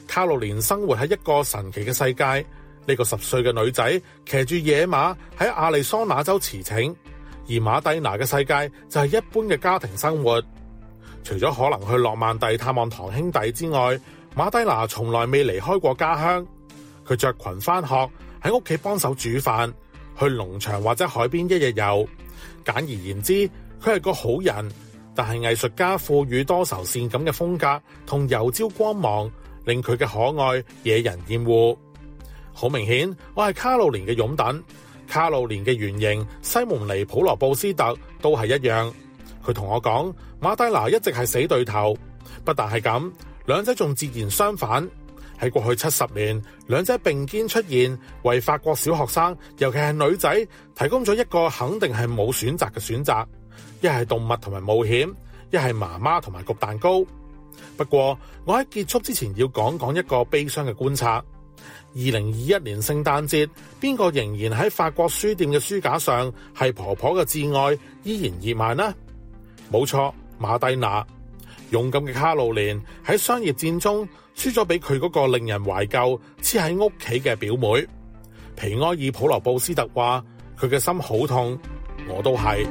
卡路蓮生活喺一個神奇嘅世界。呢、這個十歲嘅女仔騎住野馬喺亞利桑那州馳騁，而馬蒂娜嘅世界就係一般嘅家庭生活。除咗可能去諾曼第探望堂兄弟之外，馬蒂娜從來未離開過家鄉。佢着裙返學，喺屋企幫手煮飯，去農場或者海邊一日遊。簡而言之，佢係個好人。但係藝術家賦予多愁善感嘅風格同柔焦光芒，令佢嘅可愛惹人厭惡。好明顯，我係卡路蓮嘅擁躉。卡路蓮嘅原型西蒙尼普羅布斯特都係一樣。佢同我講，馬蒂娜一直係死對頭。不但係咁，兩者仲截然相反。喺過去七十年，兩者並肩出現，為法國小學生，尤其係女仔，提供咗一個肯定係冇選擇嘅選擇。一係動物同埋冒險，一係媽媽同埋焗蛋糕。不過，我喺結束之前要講講一個悲傷嘅觀察。二零二一年聖誕節，邊個仍然喺法國書店嘅書架上係婆婆嘅摯愛依然熱賣呢？冇錯，馬蒂娜。勇敢嘅卡路蓮喺商業戰中輸咗俾佢嗰個令人懷舊黐喺屋企嘅表妹。皮埃爾普羅布斯特話：佢嘅心好痛，我都係。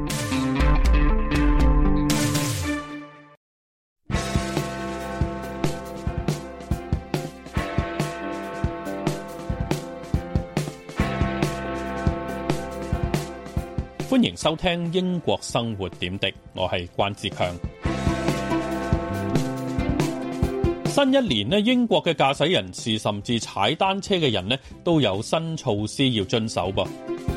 歡迎收聽英國生活點滴，我係關志強。新一年呢，英國嘅駕駛人士甚至踩單車嘅人呢，都有新措施要遵守噃。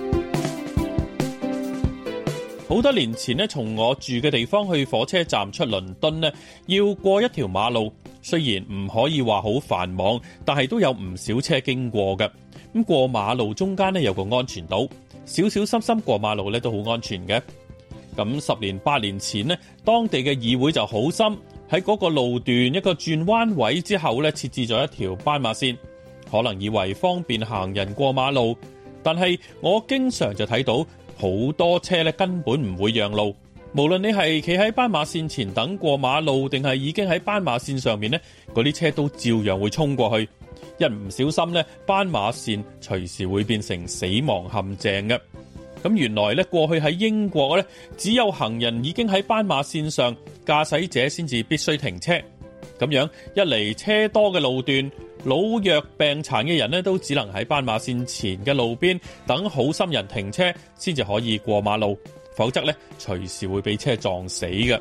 好多年前呢，從我住嘅地方去火車站出倫敦呢，要過一條馬路，雖然唔可以話好繁忙，但係都有唔少車經過嘅。咁過馬路中間呢，有個安全島，小小心心過馬路呢都好安全嘅。咁十年八年前呢，當地嘅議會就好心喺嗰個路段一個轉彎位之後呢，設置咗一條斑馬線，可能以為方便行人過馬路，但係我經常就睇到好多車呢根本唔會讓路，無論你係企喺斑馬線前等過馬路，定係已經喺斑馬線上面呢，嗰啲車都照樣會衝過去。一唔小心呢，斑馬線隨時會變成死亡陷阱嘅。咁原來呢，過去喺英國呢，只有行人已經喺斑馬線上，駕駛者先至必須停車。咁樣一嚟，車多嘅路段，老弱病殘嘅人呢都只能喺斑馬線前嘅路邊等好心人停車，先至可以過馬路，否則呢，隨時會被車撞死嘅。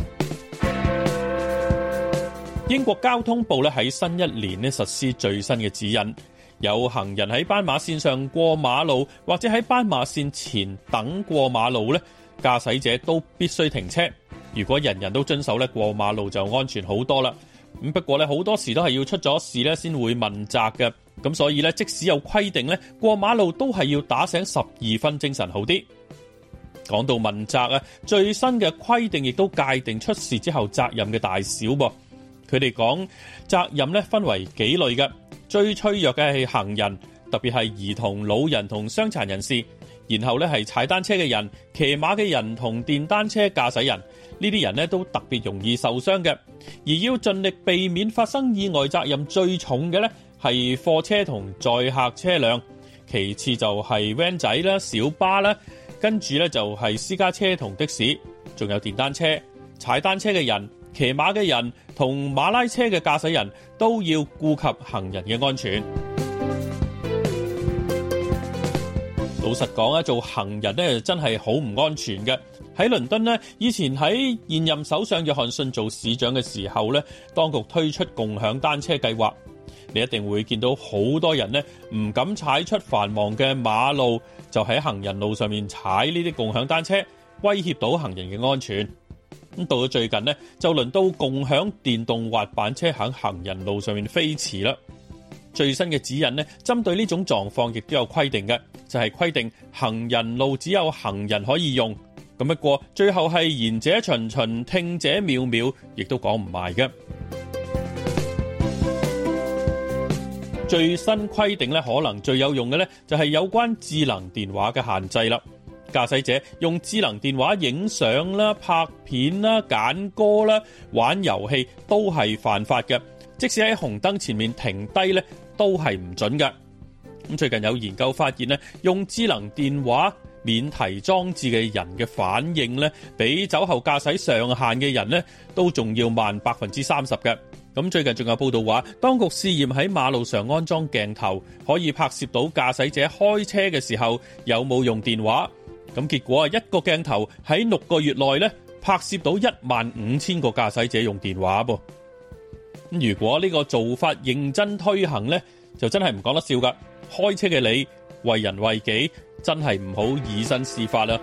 英國交通部咧喺新一年咧實施最新嘅指引，有行人喺斑馬線上過馬路或者喺斑馬線前等過馬路咧，駕駛者都必須停車。如果人人都遵守咧，過馬路就安全好多啦。咁不過咧，好多時都係要出咗事咧先會問責嘅。咁所以咧，即使有規定咧，過馬路都係要打醒十二分精神好啲。講到問責啊，最新嘅規定亦都界定出事之後責任嘅大小噃。佢哋講責任咧分為幾類嘅，最脆弱嘅係行人，特別係兒童、老人同傷殘人士。然後咧係踩單車嘅人、騎馬嘅人同電單車駕駛人，呢啲人咧都特別容易受傷嘅。而要盡力避免發生意外，責任最重嘅咧係貨車同載客車輛，其次就係 van 仔啦、小巴啦，跟住咧就係私家車同的士，仲有電單車。踩單車嘅人、騎馬嘅人同馬拉車嘅駕駛人都要顧及行人嘅安全。老實講啊，做行人咧真係好唔安全嘅。喺倫敦呢，以前喺現任首相約翰遜做市長嘅時候咧，當局推出共享單車計劃，你一定會見到好多人呢唔敢踩出繁忙嘅馬路，就喺行人路上面踩呢啲共享單車，威脅到行人嘅安全。咁到咗最近呢，就輪到共享電動滑板車喺行人路上面飛馳啦。最新嘅指引呢，針對呢種狀況亦都有規定嘅，就係規定行人路只有行人可以用。咁不過最後係言者循循，聽者渺渺，亦都講唔埋嘅。最新規定呢，可能最有用嘅呢，就係有關智能電話嘅限制啦。駕駛者用智能電話影相啦、拍片啦、揀歌啦、玩遊戲都係犯法嘅， 即使喺紅燈前面停低咧，都係唔準嘅。咁最近有研究發現咧，用智能電話免提裝置嘅人嘅反應咧，比酒後駕駛上限嘅人咧，都仲要慢百分之三十嘅。咁最近仲有報道話，當局試驗喺馬路上安裝鏡頭，可以拍攝到駕駛者開車嘅時候有冇用電話。咁結果啊，一個鏡頭喺六個月內咧，拍攝到一萬五千個駕駛者用電話噃。咁如果呢個做法認真推行咧，就真係唔講得笑噶。開車嘅你為人為己，真係唔好以身試法啦。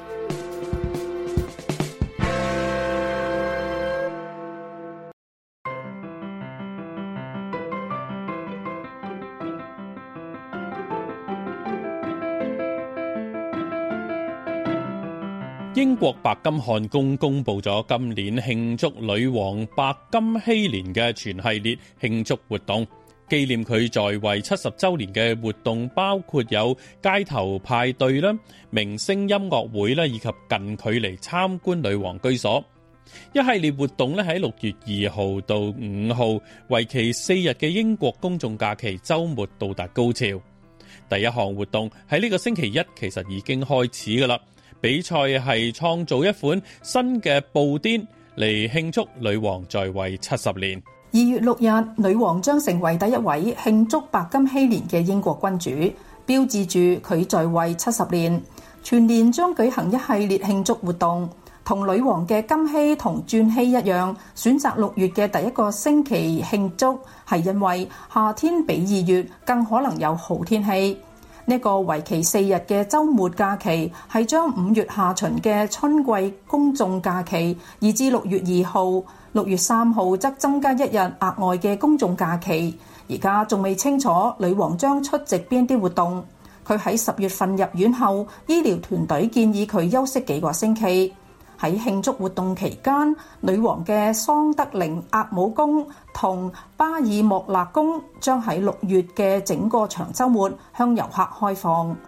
英國白金漢宮公布咗今年慶祝女王白金禧年嘅全系列慶祝活動，紀念佢在位七十週年嘅活動包括有街頭派對啦、明星音樂會啦，以及近距離參觀女王居所。一系列活動咧喺六月二號到五號，為期四日嘅英國公眾假期週末到達高潮。第一項活動喺呢個星期一其實已經開始㗎喇。比賽係創造一款新嘅布甸嚟慶祝女王在位七十年。 二月六日，女王將成為第一位慶祝白金禧年嘅英國君主，標誌住佢在位七十年。全年將舉行一系列慶祝活動，同女王嘅金禧同鑽禧一樣，選擇六月嘅第一個星期慶祝，係因為夏天比二月更可能有好天氣。呢個為期四日嘅週末假期係將五月下旬嘅春季公眾假期移至六月二號，六月三號則增加一日額外嘅公眾假期。而家仲未清楚女王將出席邊啲活動。佢喺十月份入院後，醫療團隊建議佢休息幾個星期。喺慶祝活動期間，女王嘅桑德靈厄姆宮同巴爾莫勒宮將喺六月嘅整個長週末向遊客開放。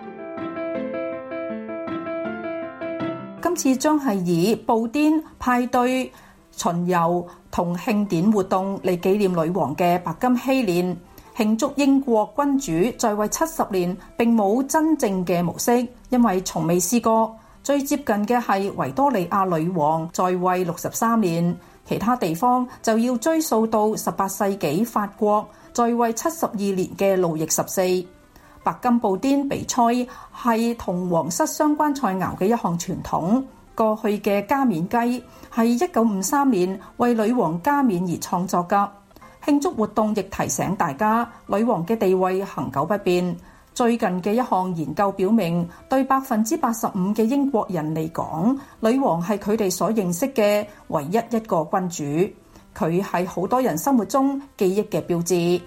今次將係以布甸派對、巡遊同慶典活動嚟紀念女王嘅白金禧年，慶祝英國君主在位七十年並冇真正嘅模式，因為從未試過。最接近嘅係維多利亞女王在位六十三年，其他地方就要追溯到十八世紀法國在位七十二年嘅路易十四。白金布甸比賽係同皇室相關菜肴嘅一項傳統。過去嘅加冕雞係一九五三年為女王加冕而創作㗎。慶祝活動亦提醒大家，女王嘅地位恆久不變。最近嘅一項研究表明，對百分之八十五嘅英國人嚟講，女王係佢哋所認識嘅唯一一個君主。佢係好多人生活中記憶嘅標誌。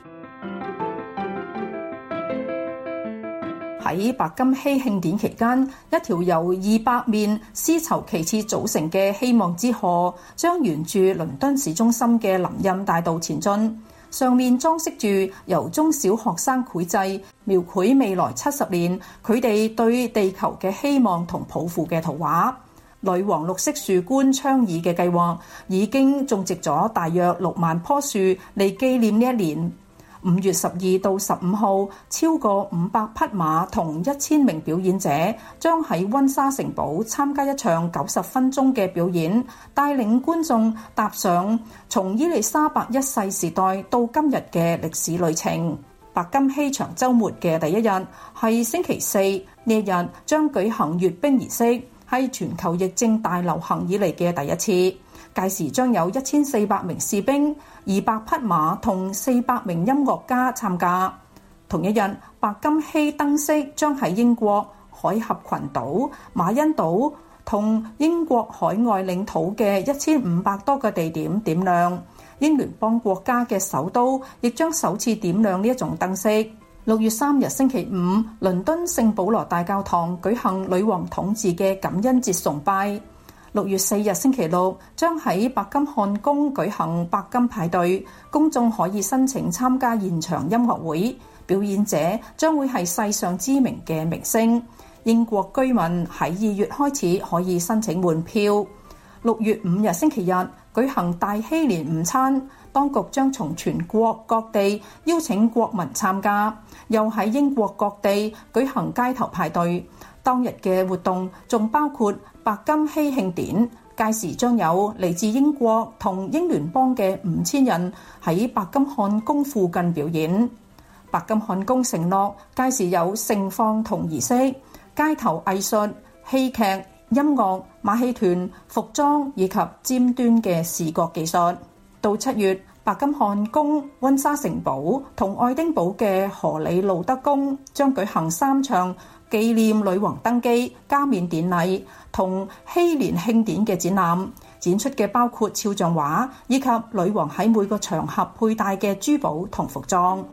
喺白金禧慶典期間，一條由二百面絲綢旗幟組成嘅希望之河將沿住倫敦市中心嘅林蔭大道前進。上面裝飾住由中小學生繪製，描繪未來七十年佢哋對地球嘅希望同抱負嘅圖畫。女王綠色樹冠倡議嘅計劃已經種植咗大約六萬棵樹嚟紀念呢一年。五月十二到十五號，超過五百匹馬同一千名表演者將喺溫莎城堡參加一場九十分鐘嘅表演，帶領觀眾踏上從伊麗莎白一世時代到今日嘅歷史旅程。白金禧長週末嘅第一日係星期四，呢一日將舉行閱兵儀式，係全球疫症大流行以嚟嘅第一次。屆時將有一千四百名士兵、二百匹馬同四百名音樂家參加。同一日，白金禧燈飾將喺英國、海峽群島、馬恩島同英國海外領土嘅一千五百多個地點點亮。英聯邦國家嘅首都亦將首次點亮呢一種燈飾。六月三日星期五，倫敦聖保羅大教堂舉行女王統治嘅感恩節崇拜。六月四日星期六，將喺白金漢宮舉行白金派對，公眾可以申請參加現場音樂會，表演者將會係世上知名嘅明星。英國居民喺二月開始可以申請門票。 六月五日星期日舉行大禧年午餐，當局將從全國各地邀請國民參加，又喺英國各地舉行街頭派對。當日嘅活動仲包括白金禧慶典，屆時將有嚟自英國同英聯邦嘅五千人喺白金漢宮附近表演。白金漢宮承諾屆時有盛況同儀式、街頭藝術、戲劇、音樂、馬戲團、服裝以及尖端嘅視覺技術。到七月，白金漢宮、溫莎城堡同愛丁堡嘅荷里路德宮將舉行三場紀念女王登基、加冕典禮同禧年慶典嘅展覽，展出嘅包括肖像畫以及女王喺每個場合佩戴嘅珠寶同服裝。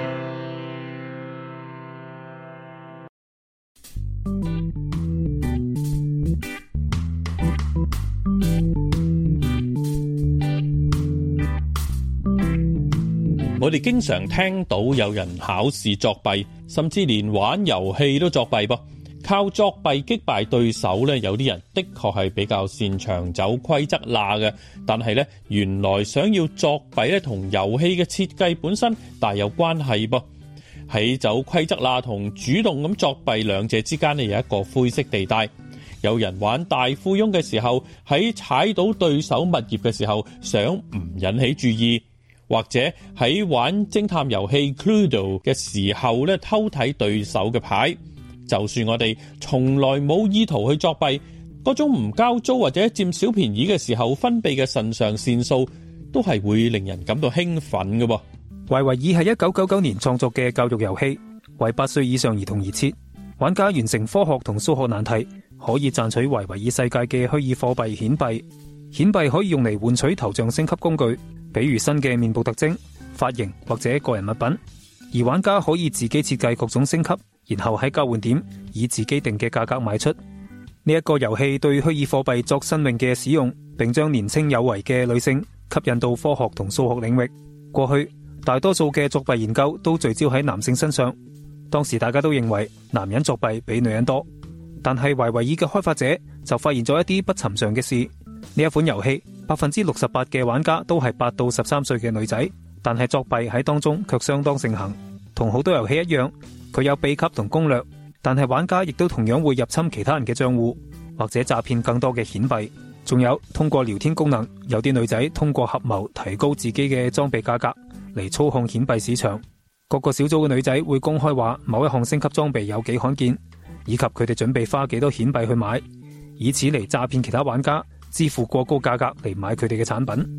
我哋經常聽到有人考試作弊，甚至連玩遊戲都作弊噃。靠作弊擊敗對手呢，有啲人的確係比較擅長走規則罅嘅。但係呢，原來想要作弊呢，同遊戲嘅設計本身大有關係噃。喺走規則罅同主動咁作弊兩者之間呢，有一個灰色地帶。有人玩大富翁嘅時候，喺踩到對手物業嘅時候，想唔引起注意。或者喺玩偵探遊戲 Cluedo 嘅時候咧，偷睇對手嘅牌。就算我哋從來冇意圖去作弊，嗰種唔交租或者佔小便宜嘅時候分泌嘅腎上腺素，都係會令人感到興奮嘅噃。 維維爾係一九九九年創作嘅教育遊戲，為八歲以上兒童而設。玩家完成科學同數學難題，可以賺取維維爾世界嘅虛擬貨幣顯幣。顯幣可以用嚟換取頭像升級工具，比如新嘅面部特徵、髮型或者個人物品。而玩家可以自己設計各種升級，然後喺交換點以自己定嘅價格賣出。呢一個遊戲對虛擬貨幣作新穎嘅使用，並將年青有為嘅女性吸引到科學同數學領域。過去大多數嘅作弊研究都聚焦喺男性身上，當時大家都認為男人作弊比女人多。但係維維爾嘅開發者就發現咗一啲不尋常嘅事。呢一款遊戲百分之六十八嘅玩家都係八到十三歲嘅女仔，但係作弊喺當中卻相當盛行。同好多遊戲一樣，佢有秘笈同攻略，但係玩家亦都同樣會入侵其他人嘅賬戶，或者詐騙更多嘅顯幣。仲有通過聊天功能，有啲女仔通過合謀提高自己嘅裝備價格嚟操控顯幣市場。各個小組嘅女仔會公開話某一項升級裝備有幾罕見，以及佢哋準備花幾多顯幣去買，以此嚟詐騙其他玩家支付過高價格嚟買佢哋嘅產品。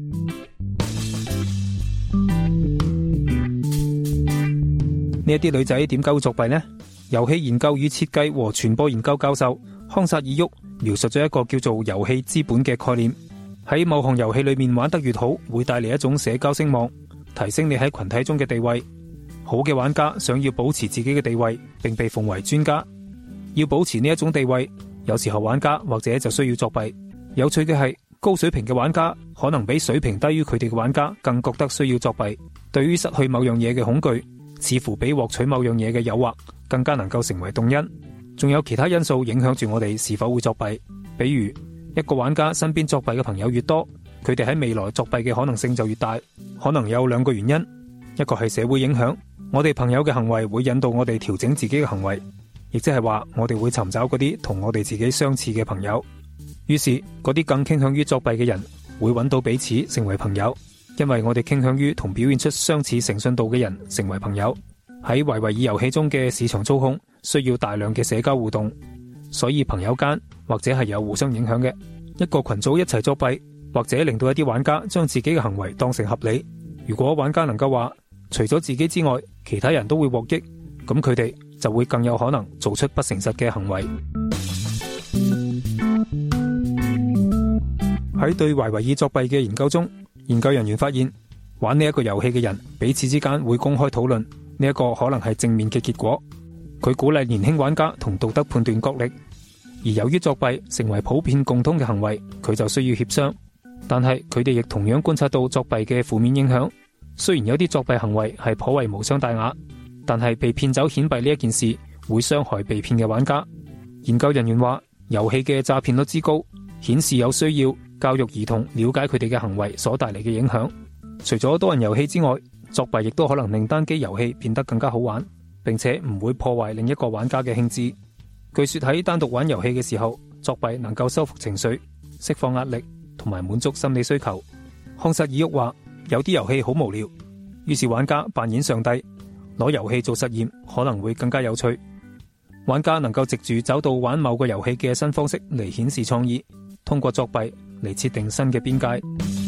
呢一啲女仔點解會作弊呢？遊戲研究與設計和傳播研究教授康薩爾沃描述咗一個叫做遊戲資本嘅概念。喺某項遊戲裏面玩得越好，會帶嚟一種社交聲望，提升你喺群體中嘅地位。好嘅玩家想要保持自己嘅地位，並被奉為專家。要保持呢一種地位，有時候玩家或者就需要作弊。有趣嘅係，高水平嘅玩家可能比水平低於佢哋嘅玩家更覺得需要作弊。對於失去某樣嘢嘅恐懼，似乎比獲取某樣嘢嘅誘惑更加能夠成為動因。仲有其他因素影響住我哋是否會作弊，比如一個玩家身邊作弊嘅朋友越多，佢哋喺未來作弊嘅可能性就越大。可能有兩個原因，一個係社會影響，我哋朋友嘅行為會引導我哋調整自己嘅行為，亦即係話我哋會尋找嗰啲同我哋自己相似嘅朋友。於是嗰啲更傾向於作弊嘅人會揾到彼此成為朋友，因為我哋傾向於同表現出相似誠信度嘅人成為朋友。喺維維爾遊戲中嘅市場操控需要大量嘅社交互動，所以朋友間或者係有互相影響嘅。一個群組一齊作弊，或者令到一啲玩家將自己嘅行為當成合理。如果玩家能夠話除咗自己之外其他人都會獲益，咁佢哋就會更有可能做出不誠實嘅行為。喺對維維爾作弊嘅研究中，研究人員發現玩呢一個遊戲嘅人彼此之間會公開討論，呢一個可能係正面嘅結果。佢鼓勵年輕玩家同道德判斷角力，而由於作弊成為普遍共通嘅行為，佢就需要協商。但係佢哋亦同樣觀察到作弊嘅負面影響。雖然有啲作弊行為係頗為無傷大雅，但係被騙走顯幣呢一件事會傷害被騙嘅玩家。研究人員話，遊戲嘅詐騙率之高顯示有需要教育兒童了解佢哋嘅行為所帶嚟嘅影響。除咗多人遊戲之外，作弊亦都可能令單機遊戲變得更加好玩，並且唔會破壞另一個玩家嘅興致。據說喺單獨玩遊戲嘅時候，作弊能夠修復情緒、釋放壓力同埋滿足心理需求。康薩爾沃話，有啲遊戲好無聊，於是玩家扮演上帝，攞遊戲做實驗可能會更加有趣。玩家能夠藉住找到玩某個遊戲嘅新方式嚟顯示創意，通過作弊嚟設定新嘅邊界。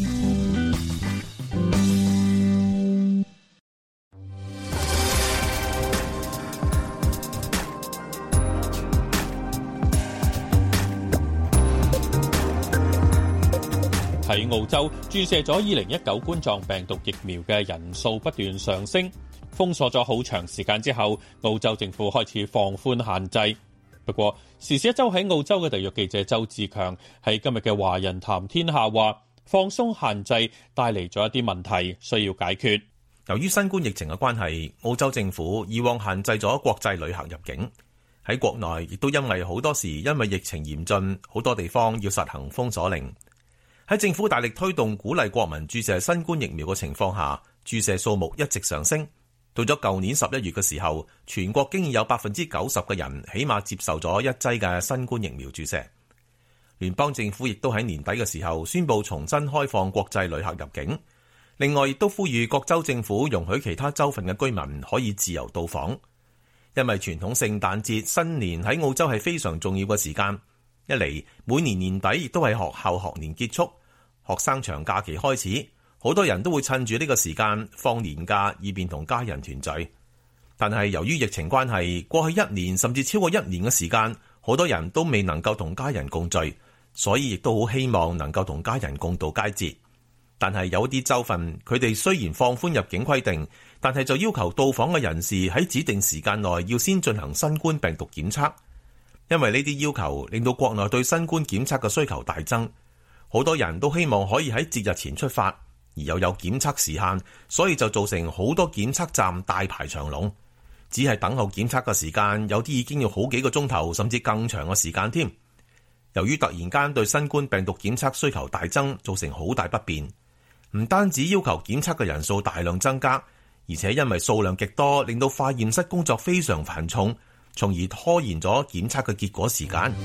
喺澳洲，注射咗二零一九冠狀病毒疫苗嘅人數不斷上升。封鎖咗好長時間之後，澳洲政府開始放寬限制。不過，時事一周喺澳洲嘅特約記者周志強喺今日嘅華人談天下話，放鬆限制帶嚟咗一啲問題需要解決。 由於新冠疫情嘅關係，澳洲政府以往限制咗國際旅客入境。喺國內亦都因為好多時因為疫情嚴峻，好多地方要實行封鎖令。喺政府大力推動鼓勵國民注射新冠疫苗嘅情況下，注射數目一直上升。到咗舊年十一月嘅時候，全國竟然有百分之九十嘅人起碼接受咗一劑嘅新冠疫苗注射。聯邦政府亦都喺年底嘅時候宣布重新開放國際旅客入境。另外，亦都呼籲各州政府容許其他州份嘅居民可以自由到訪。因為傳統聖誕節、新年喺澳洲係非常重要嘅時間。一嚟，每年年底亦都係學校學年結束，學生長假期開始。好多人都會趁住呢個時間放年假，以便同家人團聚。但係由於疫情關係，過去一年甚至超過一年嘅時間，好多人都未能夠同家人共聚，所以亦都好希望能夠同家人共度佳節。但係有啲州份，佢哋雖然放寬入境規定，但係就要求到訪嘅人士喺指定時間內要先進行新冠病毒檢測。因為呢啲要求令到國內對新冠檢測嘅需求大增，好多人都希望可以喺節日前出發。而又有檢測時限，所以就造成好多檢測站大排長龍，只係等候檢測嘅時間，有啲已經要好幾個鐘頭，甚至更長嘅時間添。由於突然間對新冠病毒檢測需求大增，造成好大不便。唔單止要求檢測嘅人數大量增加，而且因為數量極多，令到化驗室工作非常繁重，從而拖延咗檢測嘅結果時間。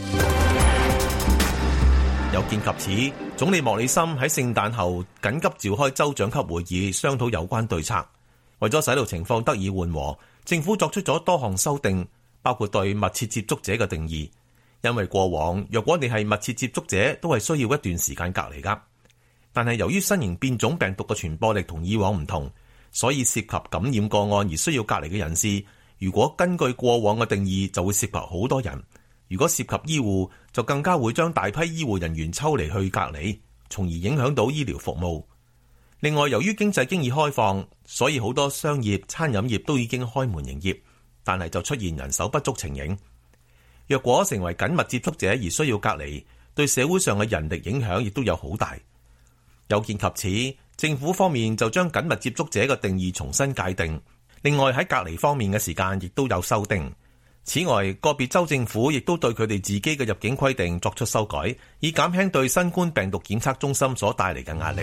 有見及此，總理莫里森喺聖誕後緊急召開州長級會議，商討有關對策。為咗使到情況得以緩和，政府作出咗多項修訂，包括對密切接觸者嘅定義。因為過往若果你係密切接觸者，都係需要一段時間隔離噶。但係由於新型變種病毒嘅傳播力同以往唔同，所以涉及感染個案而需要隔離嘅人士，如果根據過往嘅定義，就會涉及好多人。如果涉及醫護，就更加會將大批醫護人員抽離去隔離，從而影響到醫療服務。另外，由於經濟經已開放，所以好多商業、餐飲業都已經開門營業，但係就出現人手不足情形。若果成為緊密接觸者而需要隔離，對社會上嘅人力影響亦都有好大。有見及此，政府方面就將緊密接觸者嘅定義重新界定。另外喺隔離方面嘅時間亦都有修訂。此外，個別州政府亦都對佢哋自己嘅入境規定作出修改，以減輕對新冠病毒檢測中心所帶嚟嘅壓力。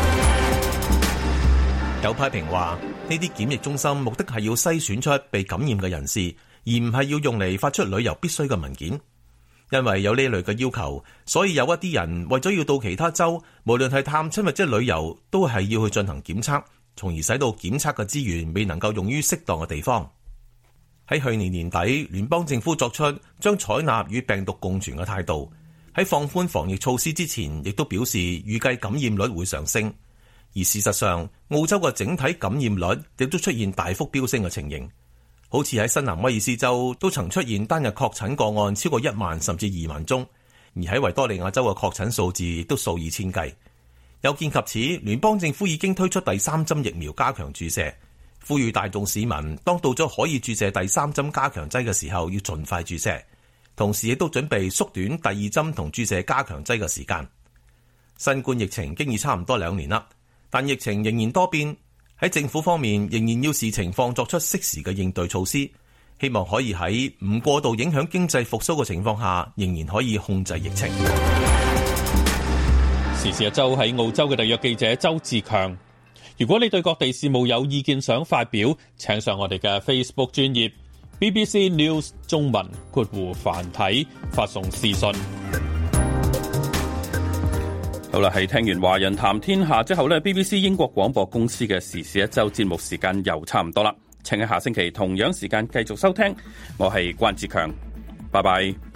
有批評話，呢啲檢疫中心目的係要篩選出被感染嘅人士，而唔係要用嚟發出旅遊必須嘅文件。因為有呢類嘅要求，所以有一啲人為咗要到其他州，無論係探親或者旅遊，都係要去進行檢測，從而使到檢測嘅資源未能夠用於適當嘅地方。喺去年年底，聯邦政府作出將採納與病毒共存嘅態度。喺放寬防疫措施之前，亦都表示預計感染率會上升。而事實上，澳洲嘅整體感染率亦都出現大幅飆升嘅情形。好似喺新南威爾斯州都曾出現單日確診個案超過一萬甚至二萬宗，而喺維多利亞州嘅確診數字亦都數以千計。有見及此，聯邦政府已經推出第三針疫苗加強注射。呼籲大眾市民，當到咗可以注射第三針加強劑嘅時候，要盡快注射。同時亦都準備縮短第二針同注射加強劑嘅時間。新冠疫情經已差唔多兩年啦，但疫情仍然多變。喺政府方面，仍然要視情況作出適時嘅應對措施，希望可以喺唔過度影響經濟復甦嘅情況下，仍然可以控制疫情。 時事一周喺澳洲嘅特約記者周志強。如果你對各地事務有意見想發表，請上我哋嘅 Facebook 專頁 B B C News 中文括弧繁體發送私信。 好啦，係聽完華人談天下之後呢， B B C 英國廣播公司嘅時事一周節目時間又差唔多啦，請喺下星期同樣時間繼續收聽。我係關志強，拜拜。